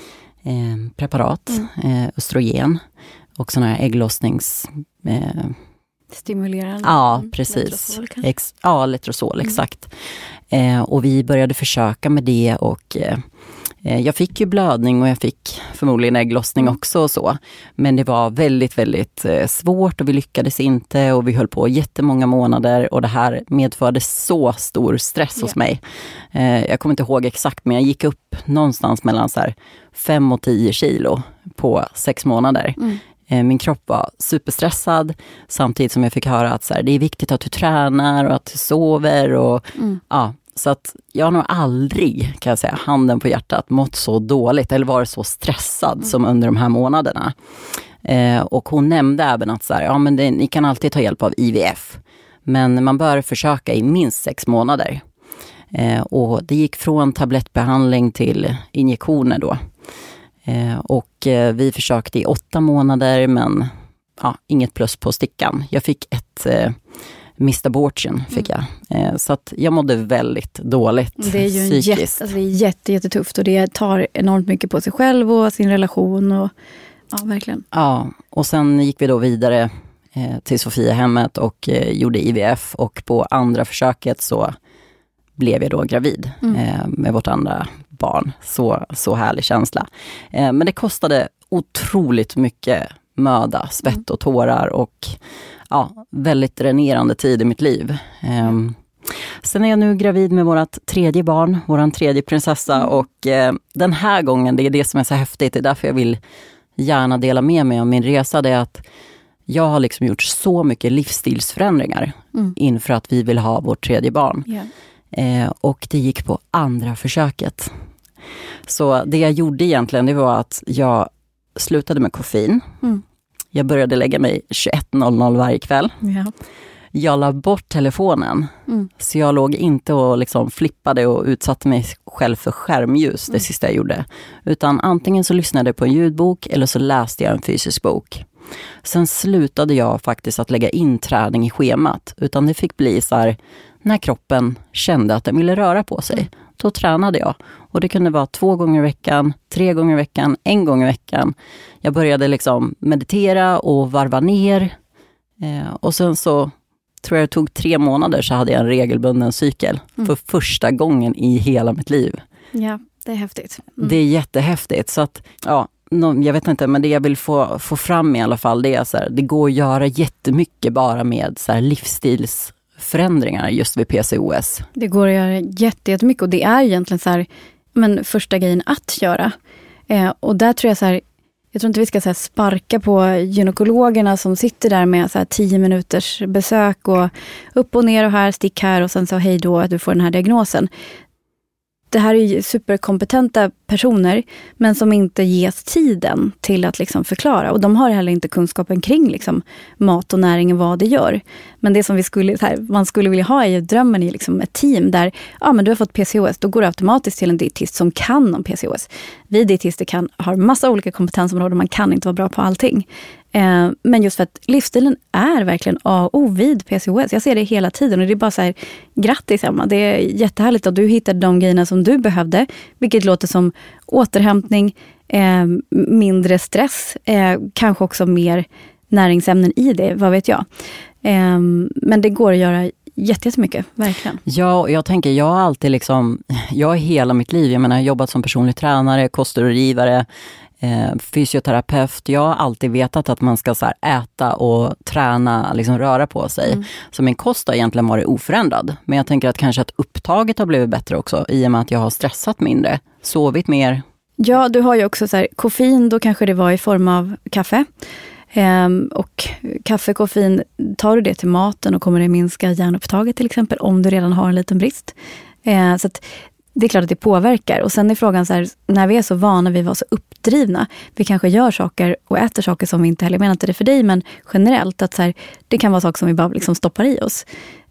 eh, preparat, mm. eh, östrogen och sådana här ägglossnings... Eh, Stimulerande. Ja, precis. Letrozol, Ex, ja, letrozol, mm. exakt. Eh, och vi började försöka med det och eh, jag fick ju blödning och jag fick förmodligen ägglossning mm. också och så. Men det var väldigt, väldigt eh, svårt och vi lyckades inte och vi höll på jättemånga månader och det här medförde så stor stress yeah. hos mig. Eh, jag kommer inte ihåg exakt men jag gick upp någonstans mellan så här fem och tio kilo på sex månader. Mm. Min kropp var superstressad samtidigt som jag fick höra att så här, det är viktigt att du tränar och att du sover. Och, mm. ja, så att jag har nog aldrig, kan jag säga, handen på hjärtat, mått så dåligt eller varit så stressad mm. som under de här månaderna. Eh, och hon nämnde även att så här, ja, men det, ni kan alltid ta hjälp av I V F. Men man bör försöka i minst sex månader. Eh, och det gick från tablettbehandling till injektioner då. Eh, och eh, vi försökte i åtta månader men ja, inget plus på stickan. Jag fick ett eh, missed abortion fick jag. Eh, så att jag mådde väldigt dåligt det är ju psykiskt. Jätte, alltså det är jätte, jättetufft och det tar enormt mycket på sig själv och sin relation. Och, ja, verkligen. Ja, och sen gick vi då vidare eh, till Sofiahemmet och eh, gjorde I V F. Och på andra försöket så blev jag då gravid mm. eh, med vårt andra barn. Så, så härlig känsla. Eh, men det kostade otroligt mycket möda, svett och tårar och ja, väldigt dränerande tid i mitt liv. Eh, sen är jag nu gravid med vårt tredje barn, våran tredje prinsessa mm. och eh, den här gången, det är det som är så häftigt, det är därför jag vill gärna dela med mig om min resa, det är att jag har liksom gjort så mycket livsstilsförändringar mm. inför att vi vill ha vårt tredje barn. Yeah. Eh, och det gick på andra försöket. Så det jag gjorde egentligen, det var att jag slutade med koffein. Mm. Jag började lägga mig tjugoett noll noll varje kväll. Ja. Jag la bort telefonen. Mm. Så jag låg inte och liksom flippade och utsatte mig själv för skärmljus det mm. sista jag gjorde. Utan antingen så lyssnade jag på en ljudbok eller så läste jag en fysisk bok. Sen slutade jag faktiskt att lägga in träning i schemat. Utan det fick bli så här, när kroppen kände att den ville röra på sig. Mm. Då tränade jag. Och det kunde vara två gånger i veckan, tre gånger i veckan, en gång i veckan. Jag började liksom meditera och varva ner. Eh, och sen så tror jag det tog tre månader så hade jag en regelbunden cykel. Mm. För första gången i hela mitt liv. Ja, det är häftigt. Mm. Det är jättehäftigt. Så att, ja, jag vet inte, men det jag vill få, få fram i alla fall, det är så här, det går att göra jättemycket bara med så här livsstilsförändringar just vid P C O S. Det går att göra jättemycket och det är egentligen så här, men första grejen att göra. Eh, och där tror jag så här, jag tror inte vi ska så här, sparka på gynekologerna som sitter där med så här, tio minuters besök och upp och ner och här, stick här och sen så hej då att du får den här diagnosen. Det här är ju superkompetenta personer men som inte ges tiden till att liksom förklara. Och de har heller inte kunskapen kring liksom mat och näring och vad det gör. Men det som vi skulle, här, man skulle vilja ha är ju drömmen i liksom ett team där ja, men du har fått P C O S, då går du automatiskt till en dietist som kan om P C O S. Vi dietister kan, har massa olika kompetensområden, man kan inte vara bra på allting. Eh, men just för att livsstilen är verkligen A och O vid P C O S. Jag ser det hela tiden och det är bara så här, grattis Emma, det är jättehärligt att du hittade de grejerna som du behövde, vilket låter som återhämtning, eh, mindre stress, eh, kanske också mer näringsämnen i det, vad vet jag. Eh, men det går att göra jättemycket, verkligen. Ja, jag tänker, jag har alltid liksom, jag har hela mitt liv, jag menar, jag har jobbat som personlig tränare, kostrådgivare, eh, fysioterapeut. Jag har alltid vetat att man ska så här äta och träna, liksom röra på sig. Mm. Så min kost har egentligen varit oförändrad. Men jag tänker att kanske att upptaget har blivit bättre också, i och med att jag har stressat mindre, sovit mer. Ja, du har ju också så här, koffein, då kanske det var i form av kaffe. Um, och kaffe, koffein, tar du det till maten och kommer det minska järnupptaget till exempel om du redan har en liten brist. Uh, så att det är klart att det påverkar. Och sen är frågan så här, när vi är så vana vid att vara så uppdrivna, vi kanske gör saker och äter saker som vi inte heller menar att det är för dig, men generellt att så här, det kan vara saker som vi bara liksom stoppar i oss.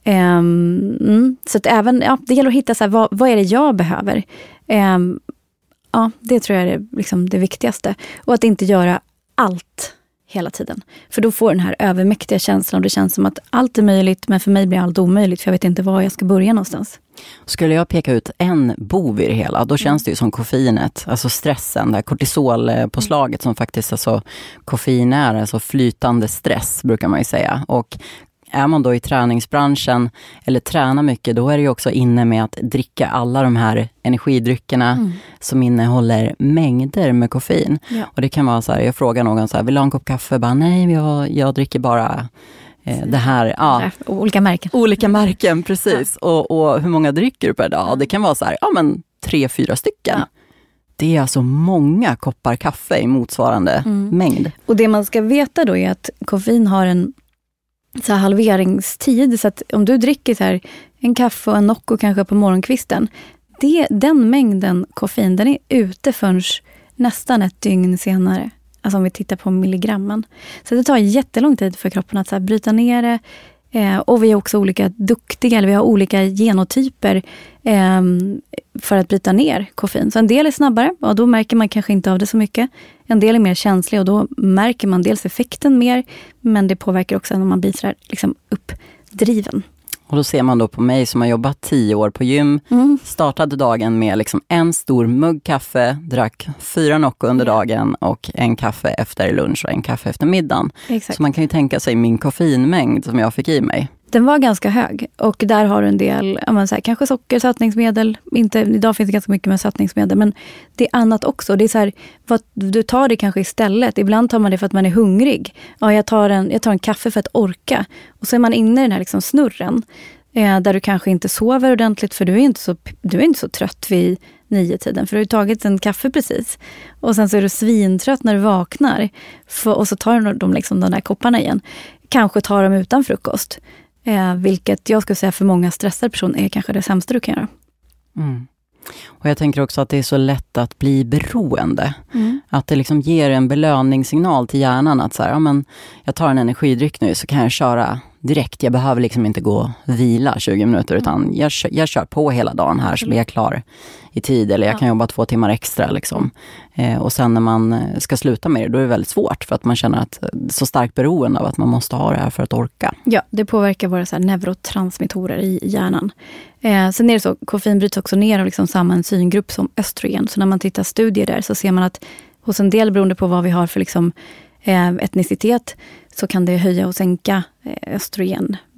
Um, mm, så att även, ja, det gäller att hitta så här, vad, vad är det jag behöver? Um, ja, det tror jag är liksom det viktigaste. Och att inte göra allt hela tiden. För då får den här övermäktiga känslan och det känns som att allt är möjligt, men för mig blir allt omöjligt för jag vet inte var jag ska börja någonstans. Skulle jag peka ut en bov i det hela, då känns det ju som koffeinet, alltså stressen, det här kortisolpåslaget som faktiskt alltså koffein är, alltså flytande stress brukar man ju säga. Och är man då i träningsbranschen eller tränar mycket, då är det ju också inne med att dricka alla de här energidryckerna mm. som innehåller mängder med koffein. Ja. Och det kan vara så här, jag frågar någon så här, vill du ha en kopp kaffe? Bara, nej, jag, jag dricker bara eh, det här. Ja. Olika märken. Olika märken, precis. Ja. Och, och hur många dricker du per dag? Ja. Det kan vara så här, ja men tre, fyra stycken. Ja. Det är alltså många koppar kaffe i motsvarande mm. mängd. Och det man ska veta då är att koffein har en så här halveringstid, så att om du dricker så här en kaffe och en Nocco kanske på morgonkvisten, det, den mängden koffein, den är ute förrän nästan ett dygn senare. Alltså om vi tittar på milligrammen. Så det tar jättelång tid för kroppen att så här bryta ner det. Eh, och vi är också olika duktiga, eller vi har olika genotyper eh, för att bryta ner koffein. Så en del är snabbare och då märker man kanske inte av det så mycket. En del är mer känslig och då märker man dels effekten mer, men det påverkar också när man blir så här, liksom uppdriven. Och då ser man då på mig som har jobbat tio år på gym, mm. startade dagen med liksom en stor mugg kaffe, drack fyra Nocco under dagen och en kaffe efter lunch och en kaffe efter middagen. Exakt. Så man kan ju tänka sig min koffeinmängd som jag fick i mig. Den var ganska hög och där har du en del, man säger, kanske socker, sötningsmedel. Inte, idag finns det ganska mycket med sötningsmedel, men det är annat också. Det är så här, vad, du tar det kanske istället. Ibland tar man det för att man är hungrig. Ja, jag tar en, jag tar en kaffe för att orka. Och så är man inne i den här liksom snurren eh, där du kanske inte sover ordentligt för du är inte så, du är inte så trött vid nio tiden för du har tagit en kaffe precis. Och sen så är du svintrött när du vaknar för, och så tar du de, liksom, de där kopparna igen. Kanske tar dem utan frukost. Eh, vilket jag skulle säga för många stressade personer är kanske det sämsta du kan göra. Mm. Och jag tänker också att det är så lätt att bli beroende. Mm. Att det liksom ger en belöningssignal till hjärnan att så här, ja, men jag tar en energidryck nu så kan jag köra direkt. Jag behöver liksom inte gå och vila tjugo minuter utan mm. jag, kör, jag kör på hela dagen här så blir jag klar i tid. Eller jag ja. kan jobba två timmar extra liksom. Eh, och sen när man ska sluta med det då är det väldigt svårt för att man känner att det är så starkt beroende av att man måste ha det här för att orka. Ja, det påverkar våra så här neurotransmittorer i hjärnan. Eh, sen är det så, koffein bryts också ner av liksom samma enzymgrupp som östrogen. Så när man tittar studier där så ser man att hos en del beroende på vad vi har för liksom, eh, etnicitet så kan det höja och sänka östrogen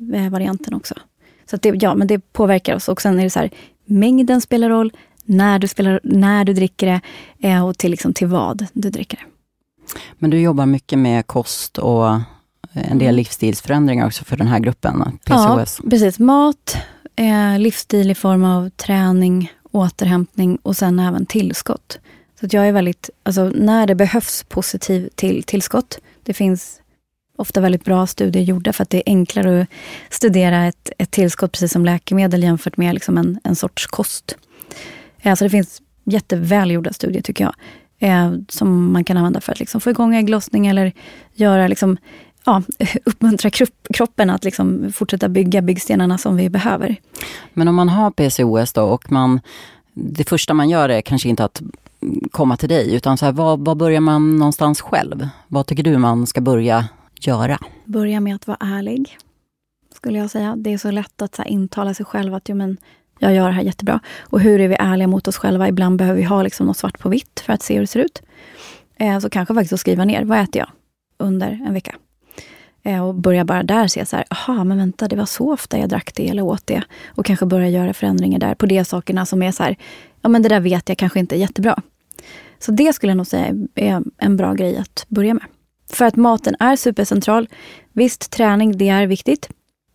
varianten också. Så att det, ja, men det påverkar oss. Och sen är det så här, mängden spelar roll, när du, spelar, när du dricker det eh, och till, liksom, till vad du dricker det. Men du jobbar mycket med kost och en del livsstilsförändringar också för den här gruppen, P C O S. Ja, precis. Mat, eh, livsstil i form av träning, återhämtning och sen även tillskott. Så att jag är väldigt, alltså när det behövs positiv till, tillskott, det finns ofta väldigt bra studier gjorda för att det är enklare att studera ett, ett tillskott precis som läkemedel jämfört med liksom en, en sorts kost. Alltså det finns jättevälgjorda studier tycker jag, eh, som man kan använda för att liksom få igång ägglossning eller göra liksom, ja, uppmuntra kropp, kroppen att liksom fortsätta bygga byggstenarna som vi behöver. Men om man har P C O S då och man, det första man gör är kanske inte att komma till dig utan så här, vad, vad börjar man någonstans själv? Vad tycker du man ska börja göra? Börja med att vara ärlig, skulle jag säga. Det är så lätt att så här, intala sig själv att jo, men, jag gör det här jättebra. Och hur är vi ärliga mot oss själva? Ibland behöver vi ha liksom, något svart på vitt för att se hur det ser ut. Eh, så kanske faktiskt att skriva ner, vad äter jag under en vecka? Eh, och börja bara där se så här, aha, men vänta, det var så ofta jag drack det eller åt det. Och kanske börja göra förändringar där på de sakerna som är så här, ja men det där vet jag kanske inte är jättebra. Så det skulle jag nog säga är en bra grej att börja med. För att maten är supercentral. Visst, träning, det är viktigt.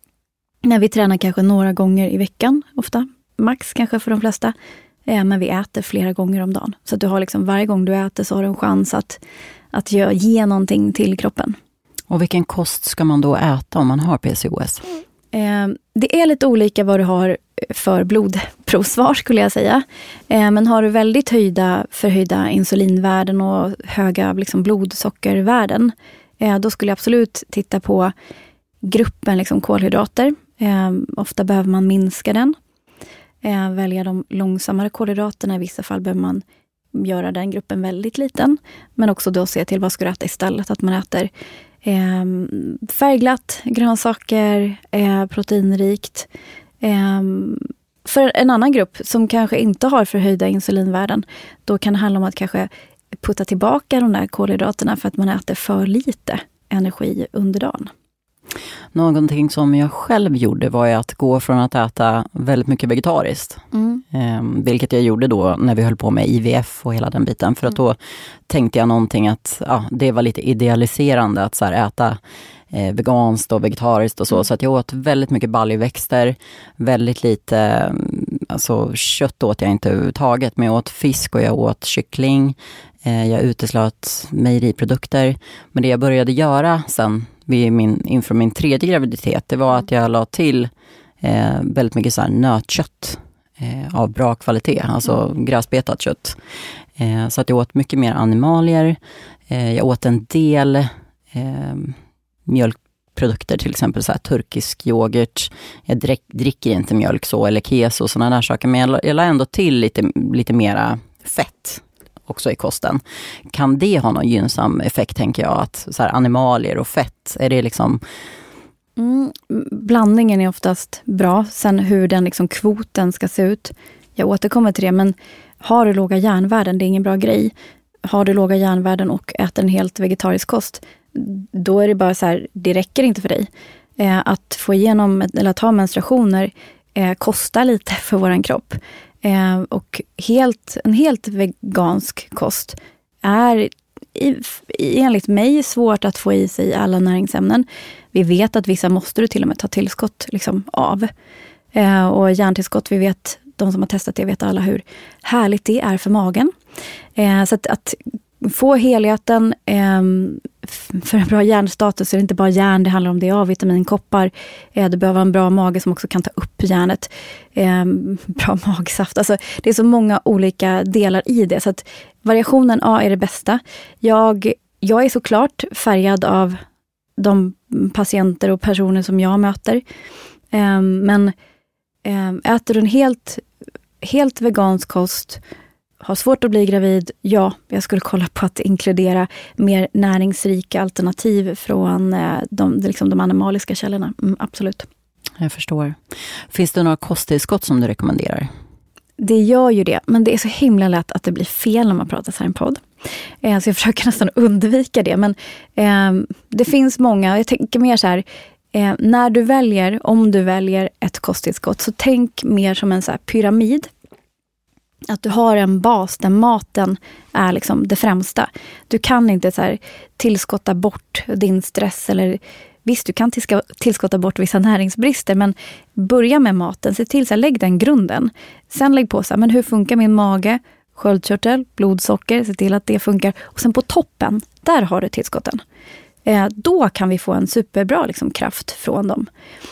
När vi tränar kanske några gånger i veckan, ofta. Max kanske för de flesta. Eh, men vi äter flera gånger om dagen. Så att du har liksom, varje gång du äter så har du en chans att, att ge, ge någonting till kroppen. Och vilken kost ska man då äta om man har P C O S? Eh, det är lite olika vad du har för blodprovsvar skulle jag säga. Eh, men har du väldigt höjda, förhöjda insulinvärden och höga liksom, blodsockervärden, eh, då skulle jag absolut titta på gruppen liksom, kolhydrater. Eh, ofta behöver man minska den. Eh, välja de långsammare kolhydraterna. I vissa fall behöver man göra den gruppen väldigt liten. Men också då se till vad ska du äta istället. Att man äter eh, färgglatt, grönsaker, eh, proteinrikt. Eh, för en annan grupp som kanske inte har förhöjda insulinvärden, då kan det handla om att kanske putta tillbaka de där kolhydraterna för att man äter för lite energi under dagen. Någonting som jag själv gjorde var ju att gå från att äta väldigt mycket vegetariskt. Mm. Eh, vilket jag gjorde då när vi höll på med I V F och hela den biten. För att då tänkte jag någonting att ja, det var lite idealiserande att så här, äta eh, veganskt och vegetariskt och så. Mm. Så att jag åt väldigt mycket baljväxter, väldigt lite, alltså kött åt jag inte överhuvudtaget. Men jag åt fisk och jag åt kyckling. Eh, jag uteslöt mejeriprodukter. Men det jag började göra sen vid min, inför min tredje graviditet, det var att jag la till eh, väldigt mycket så här nötkött eh, av bra kvalitet, alltså mm. gräsbetat kött. Eh, så att jag åt mycket mer animalier. Eh, jag åt en del eh, mjölkprodukter, till exempel så här turkisk yoghurt. Jag drick, dricker inte mjölk så, eller keso och sådana där saker, men jag, jag la ändå till lite, lite mera fett också i kosten. Kan det ha någon gynnsam effekt, tänker jag, att så här, animalier och fett, är det liksom... Mm, blandningen är oftast bra. Sen hur den liksom kvoten ska se ut, jag återkommer till det, men har du låga järnvärden, det är ingen bra grej. Har du låga järnvärden och äter en helt vegetarisk kost, då är det bara så här, det räcker inte för dig. Eh, att få igenom, eller att ha menstruationer eh, kostar lite för våran kropp. Eh, och helt, en helt vegansk kost är i, i, enligt mig svårt att få i sig alla näringsämnen. Vi vet att vissa måste du till och med ta tillskott liksom, av. Eh, och järntillskott, vi vet, de som har testat det vet alla hur härligt det är för magen. Eh, så att, att få helheten eh, för en bra järnstatus är det inte bara järn, det handlar om det, A-vitamin, koppar. Eh, du behöver en bra mage som också kan ta upp järnet. Eh, bra magsaft. Alltså, det är så många olika delar i det. Så att variationen A är det bästa. Jag, jag är såklart färgad av de patienter och personer som jag möter. Eh, men eh, äter du en helt, helt vegansk kost, har svårt att bli gravid, ja, jag skulle kolla på att inkludera mer näringsrika alternativ från eh, de, liksom de animaliska källorna. Mm, absolut. Jag förstår. Finns det några kosttillskott som du rekommenderar? Det gör ju det, men det är så himla lätt att det blir fel när man pratar så här i en podd. Eh, så jag försöker nästan undvika det, men eh, det finns många, jag tänker mer så här, Eh, när du väljer, om du väljer ett kosttillskott, så tänk mer som en så här pyramid. Att du har en bas där maten är liksom det främsta. Du kan inte så här tillskotta bort din stress, eller visst, du kan tillskotta bort vissa näringsbrister, men börja med maten. Se till så här, lägg den grunden. Sen lägg på så här, men hur funkar min mage, sköldkörtel, blodsocker, se till att det funkar. Och sen på toppen, där har du tillskotten. Eh, då kan vi få en superbra liksom, kraft från dem.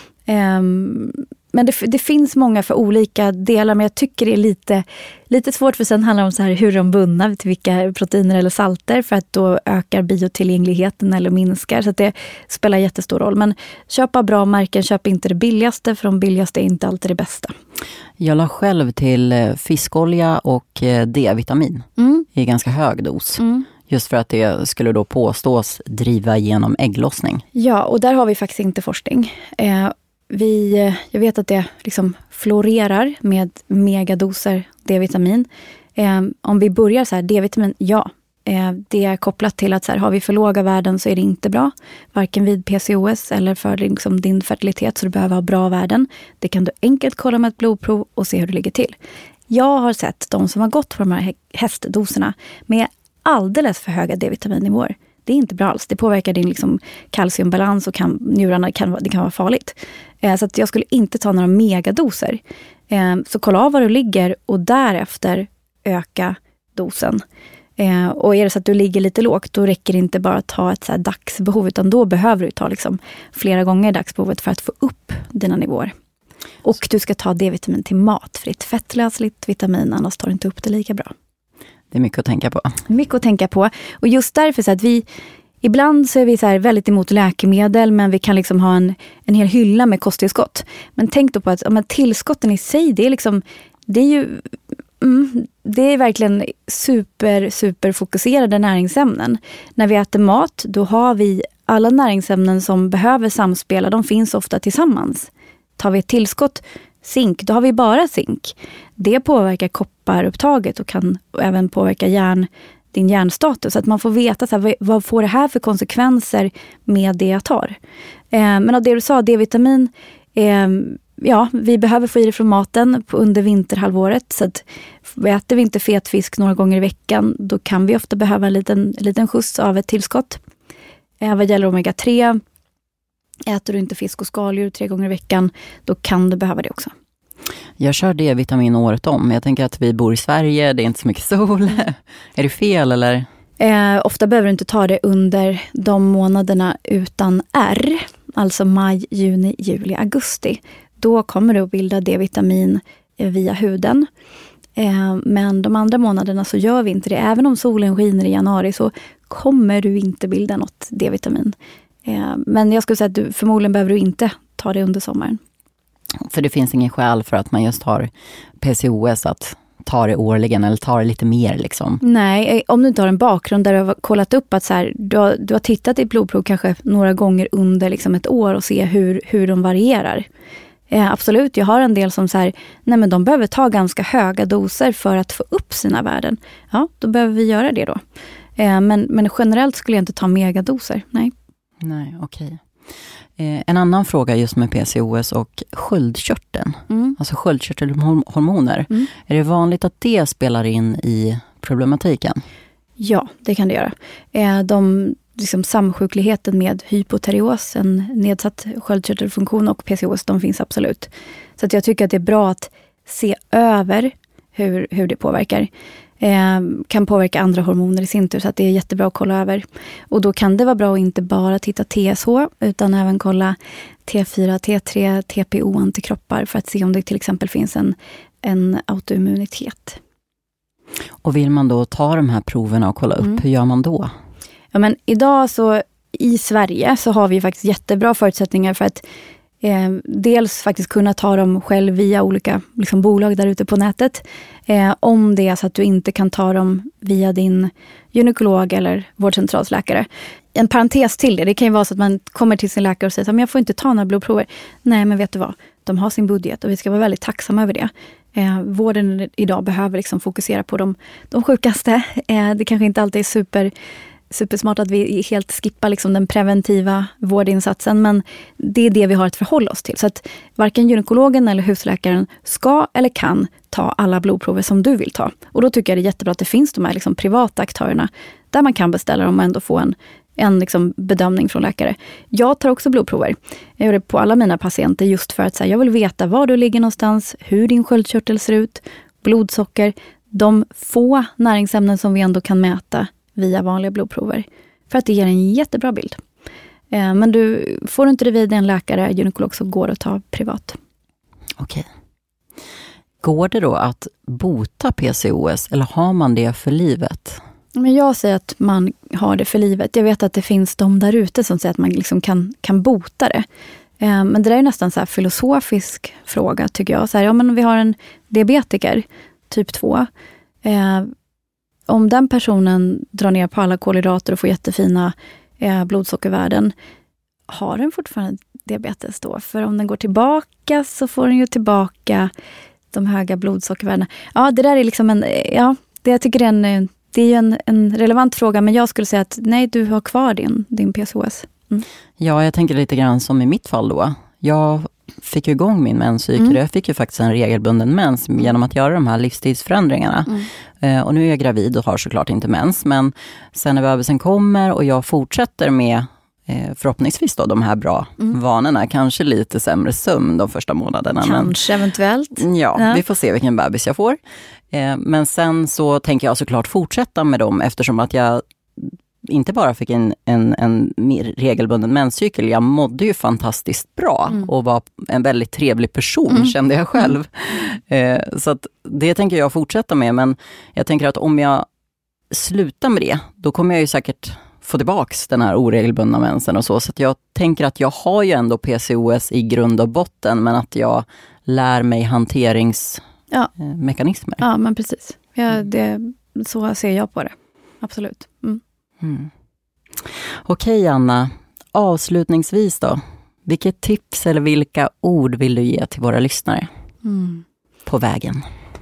Eh, men det, det finns många för olika delar, men jag tycker det är lite, lite svårt, för sen handlar det om så här, hur de bundna till vilka proteiner eller salter, för att då ökar biotillgängligheten eller minskar, så att det spelar jättestor roll. Men köpa bra märken, köp inte det billigaste, för de billigaste är inte alltid det bästa. Jag la själv till fiskolja och D-vitamin mm. i ganska hög dos. Mm. Just för att det skulle då påstås driva genom ägglossning. Ja, och där har vi faktiskt inte forskning. Eh, vi, jag vet att det liksom florerar med megadoser D-vitamin. Eh, om vi börjar så här, D-vitamin, ja. Eh, det är kopplat till att så här, har vi för låga värden så är det inte bra. Varken vid P C O S eller för liksom, din fertilitet, så du behöver ha bra värden. Det kan du enkelt kolla med ett blodprov och se hur det ligger till. Jag har sett de som har gått på de här hästdoserna med alldeles för höga D-vitaminnivåer. Det är inte bra alls. Det påverkar din liksom, kalciumbalans och kan, njurarna kan, det kan vara farligt. Eh, så att jag skulle inte ta några megadoser. Eh, så kolla av var du ligger och därefter öka dosen. Eh, och är det så att du ligger lite lågt, då räcker det inte bara att ta ett så här dagsbehov, utan då behöver du ta liksom, flera gånger dagsbehovet för att få upp dina nivåer. Och du ska ta D-vitamin till mat, för det är ett fettlösligt vitamin, annars tar du inte upp det lika bra. Det är mycket att tänka på. Mycket att tänka på. Och just därför så att vi, ibland så är vi så här väldigt emot läkemedel, men vi kan liksom ha en, en hel hylla med kosttillskott. Men tänk då på att ja, tillskotten i sig, det är liksom, det är ju, mm, det är verkligen super, super fokuserade näringsämnen. När vi äter mat, då har vi alla näringsämnen som behöver samspela, de finns ofta tillsammans. Tar vi ett tillskott, zink, då har vi bara zink. Det påverkar kopparupptaget och kan även påverka järn, din järnstatus. Så att man får veta så här, vad får det här för konsekvenser med det jag tar. Eh, men av det du sa, D-vitamin, eh, ja, vi behöver få i det från maten på under vinterhalvåret. Så att äter vi inte fet fisk några gånger i veckan, då kan vi ofta behöva en liten, en liten skjuts av ett tillskott. Eh, vad gäller omega tre, äter du inte fisk och skaldjur tre gånger i veckan, då kan du behöva det också. Jag kör D-vitamin året om. Jag tänker att vi bor i Sverige, det är inte så mycket sol. Är det fel eller? Eh, ofta behöver du inte ta det under de månaderna utan R. Alltså maj, juni, juli, augusti. Då kommer du att bilda D-vitamin via huden. Eh, men de andra månaderna så gör vi inte det. Även om solen skiner i januari så kommer du inte bilda något D-vitamin. Eh, men jag skulle säga att du, förmodligen behöver du inte ta det under sommaren. För det finns ingen skäl för att man just har P C O S att ta det årligen eller ta det lite mer liksom. Nej, om du inte har en bakgrund där du har kollat upp att så här, du, har, du har tittat i blodprov kanske några gånger under liksom ett år och se hur, hur de varierar. Eh, absolut, jag har en del som så här, nej men de behöver ta ganska höga doser för att få upp sina värden. Ja, då behöver vi göra det då. Eh, men, men generellt skulle jag inte ta megadoser, nej. Nej, okej. Okay. Eh, en annan fråga just med P C O S och sköldkörteln, mm. alltså sköldkörtelhormoner. Mm. Är det vanligt att det spelar in i problematiken? Ja, det kan det göra. Eh, de, liksom, samsjukligheten med hypotyreos, en nedsatt sköldkörtelfunktion och P C O S, de finns absolut. Så att jag tycker att det är bra att se över hur, hur det påverkar. Eh, kan påverka andra hormoner i sin tur, så att det är jättebra att kolla över. Och då kan det vara bra att inte bara titta T S H utan även kolla T fyra, T tre, T P O-antikroppar för att se om det till exempel finns en, en autoimmunitet. Och vill man då ta de här proverna och kolla upp, mm. hur gör man då? Ja, men idag så i Sverige så har vi faktiskt jättebra förutsättningar för att Eh, dels faktiskt kunna ta dem själv via olika liksom, bolag där ute på nätet. Eh, om det är så att du inte kan ta dem via din gynekolog eller vårdcentralsläkare. En parentes till det, det kan ju vara så att man kommer till sin läkare och säger att jag får inte ta några blodprover. Nej, men vet du vad? De har sin budget och vi ska vara väldigt tacksamma över det. Eh, vården idag behöver liksom fokusera på de, de sjukaste. Eh, det kanske inte alltid är super supersmart att vi helt skippar liksom den preventiva vårdinsatsen, men det är det vi har att förhålla oss till. Så att varken gynekologen eller husläkaren ska eller kan ta alla blodprover som du vill ta. Och då tycker jag det är jättebra att det finns de här liksom privata aktörerna där man kan beställa dem och ändå få en, en liksom bedömning från läkare. Jag tar också blodprover. Jag gör det på alla mina patienter just för att så här, jag vill veta var du ligger någonstans, hur din sköldkörtel ser ut, blodsocker, de få näringsämnen som vi ändå kan mäta via vanliga blodprover. För att det ger en jättebra bild. Eh, men du får du inte det vid en läkare, gynekolog, så går det att ta privat. Okej. Går det då att bota P C O S eller har man det för livet? Men jag säger att man har det för livet. Jag vet att det finns de där ute som säger att man liksom kan, kan bota det. Eh, men det där är nästan så här filosofisk fråga tycker jag. Så här, ja, men vi har en diabetiker, typ två. Eh, om den personen drar ner på alla kolhydrater och får jättefina eh, blodsockervärden, har den fortfarande diabetes då? För om den går tillbaka så får den ju tillbaka de höga blodsockervärdena. Ja, det där är liksom en, ja, det jag tycker är en, det är ju en, en relevant fråga, men jag skulle säga att nej, du har kvar din, din P C O S. Mm. Ja, jag tänker lite grann som i mitt fall då. Jag fick ju igång min menscykel. Mm. Jag fick ju faktiskt en regelbunden mens genom att göra de här livstidsförändringarna. Mm. Eh, och nu är jag gravid och har såklart inte mens. Men sen när bebisen kommer och jag fortsätter med eh, förhoppningsvis då de här bra mm. vanorna. Kanske lite sämre sömn de första månaderna. Kanske men, eventuellt. Ja, ja, vi får se vilken bebis jag får. Eh, men sen så tänker jag såklart fortsätta med dem eftersom att jag inte bara fick en, en, en regelbunden menscykel. Jag mådde ju fantastiskt bra mm. och var en väldigt trevlig person, mm. kände jag själv. Mm. Eh, så att det tänker jag fortsätta med. Men jag tänker att om jag slutar med det, då kommer jag ju säkert få tillbaks den här oregelbundna mensen och så. Så att jag tänker att jag har ju ändå P C O S i grund och botten, men att jag lär mig hanteringsmekanismer. Ja. ja, men precis. Ja, det, så ser jag på det. Absolut. Mm. Mm. Okej Anna, avslutningsvis då. Vilket tips eller vilka ord vill du ge till våra lyssnare mm. på vägen?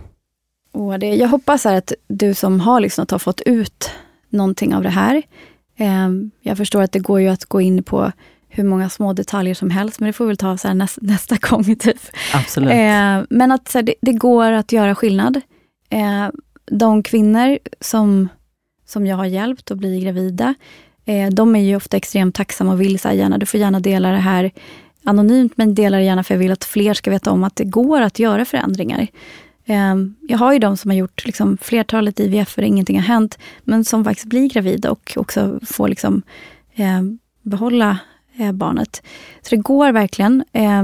Och det, jag hoppas att du som har lyssnat har fått ut någonting av det här. Eh, jag förstår att det går ju att gå in på hur många små detaljer som helst, men det får vi väl ta så här nästa, nästa gång typ. Absolut. Eh, men att så här, det, det går att göra skillnad. Eh, de kvinnor som som jag har hjälpt att bli gravida, eh, de är ju ofta extremt tacksamma och vill säga gärna, du får gärna dela det här anonymt, men dela det gärna för jag vill att fler ska veta om att det går att göra förändringar. Eh, jag har ju de som har gjort liksom, flertalet I V F där ingenting har hänt, men som faktiskt blir gravida och också får liksom, eh, behålla eh, barnet. Så det går verkligen. Eh,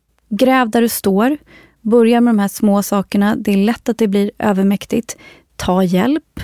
gräv där du står, börja med de här små sakerna, det är lätt att det blir övermäktigt. Ta hjälp.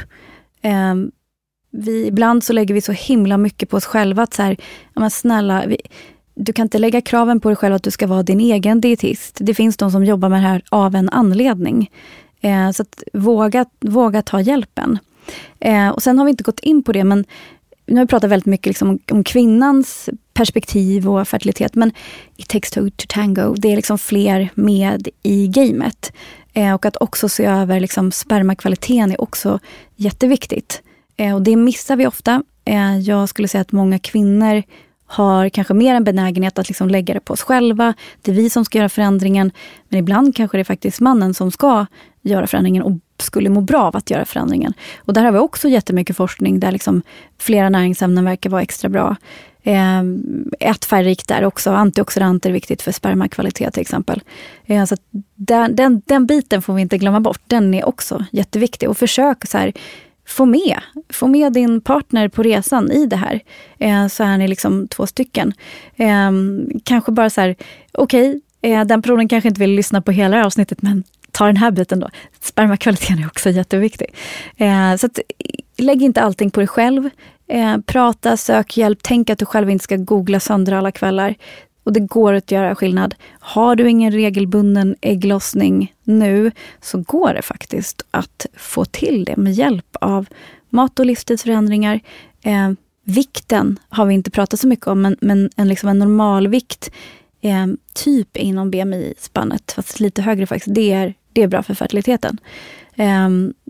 Um, vi, ibland så lägger vi så himla mycket på oss själva att så här, ja, men snälla, vi, du kan inte lägga kraven på dig själv att du ska vara din egen dietist. Det finns de som jobbar med det här av en anledning. Uh, så att våga, våga ta hjälpen. Uh, och sen har vi inte gått in på det, men nu har vi pratat väldigt mycket liksom om, om kvinnans perspektiv och fertilitet, men it takes two to tango. Det är liksom fler med i gamet. Eh, och att också se över liksom, spermakvaliteten är också jätteviktigt. Eh, och det missar vi ofta. Eh, jag skulle säga att många kvinnor har kanske mer en benägenhet att liksom, lägga det på oss själva. Det är vi som ska göra förändringen. Men ibland kanske det är faktiskt mannen som ska göra förändringen och skulle må bra av att göra förändringen. Och där har vi också jättemycket forskning där liksom, flera näringsämnen verkar vara extra bra. Eh, ett färgrikt där också, antioxidanter är viktigt för spermakvalitet till exempel. Eh, så att den, den, den biten får vi inte glömma bort, den är också jätteviktig. Och försök så här, få med, få med din partner på resan i det här. Eh, så är ni liksom två stycken. Eh, kanske bara så här, okej, okay, eh, den personen kanske inte vill lyssna på hela avsnittet, men ta den här biten då. Spermakvaliteten är också jätteviktig. Eh, så att, lägg inte allting på dig själv. Eh, prata, sök hjälp, tänk att du själv inte ska googla sönder alla kvällar. Och det går att göra skillnad. Har du ingen regelbunden ägglossning nu, så går det faktiskt att få till det med hjälp av mat- och livsstilsförändringar. Eh, vikten har vi inte pratat så mycket om, men, men en, liksom en normalvikt eh, typ inom B M I-spannet, fast lite högre faktiskt, det är, det är bra för fertiliteten. Eh,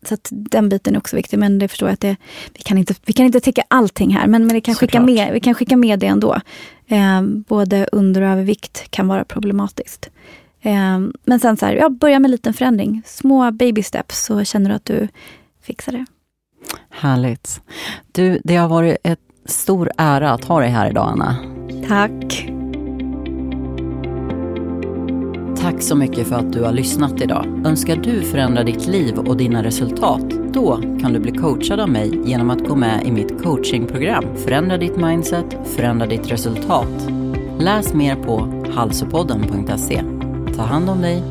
så att den biten är också viktig. Men det förstår jag att det, vi, kan inte, vi kan inte täcka allting här. Men, men det kan skicka med, vi kan skicka med det ändå. Eh, både under- och övervikt kan vara problematiskt. Eh, men sen så här, ja, börja med en liten förändring. Små baby steps, så känner du att du fixar det. Härligt. Du, det har varit ett stor ära att ha dig här idag, Anna. Tack. Tack så mycket för att du har lyssnat idag. Önskar du förändra ditt liv och dina resultat? Då kan du bli coachad av mig genom att gå med i mitt coachingprogram. Förändra ditt mindset, förändra ditt resultat. Läs mer på halsopodden punkt se. Ta hand om dig.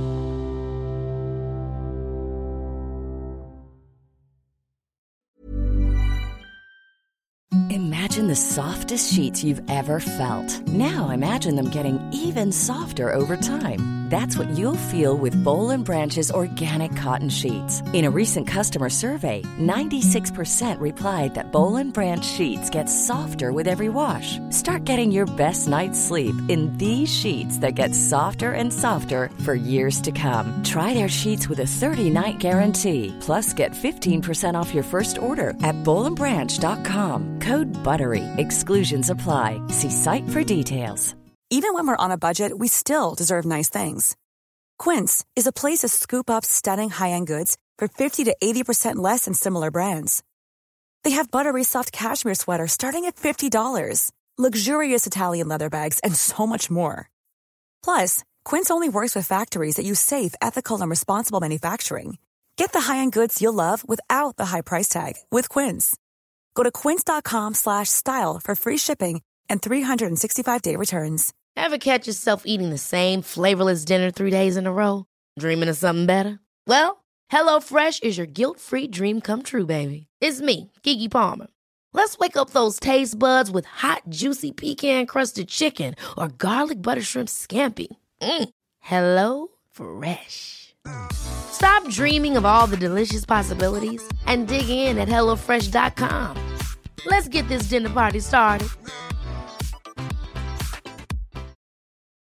Imagine the softest sheets you've ever felt. Now imagine them getting even softer over time. That's what you'll feel with Boll and Branch's organic cotton sheets. In a recent customer survey, ninety-six percent replied that Boll and Branch sheets get softer with every wash. Start getting your best night's sleep in these sheets that get softer and softer for years to come. Try their sheets with a thirty-night guarantee. Plus, get fifteen percent off your first order at boll and branch dot com. Code BUTTERY. Exclusions apply. See site for details. Even when we're on a budget, we still deserve nice things. Quince is a place to scoop up stunning high-end goods for fifty to eighty percent less than similar brands. They have buttery soft cashmere sweaters starting at fifty dollars, luxurious Italian leather bags, and so much more. Plus, Quince only works with factories that use safe, ethical, and responsible manufacturing. Get the high-end goods you'll love without the high price tag with Quince. Go to quince.com slash style for free shipping and three sixty-five day returns. Ever catch yourself eating the same flavorless dinner three days in a row? Dreaming of something better? Well, HelloFresh is your guilt-free dream come true, baby. It's me, Keke Palmer. Let's wake up those taste buds with hot, juicy pecan-crusted chicken or garlic butter shrimp scampi. Mm. Hello Fresh. Stop dreaming of all the delicious possibilities and dig in at hello fresh dot com. Let's get this dinner party started.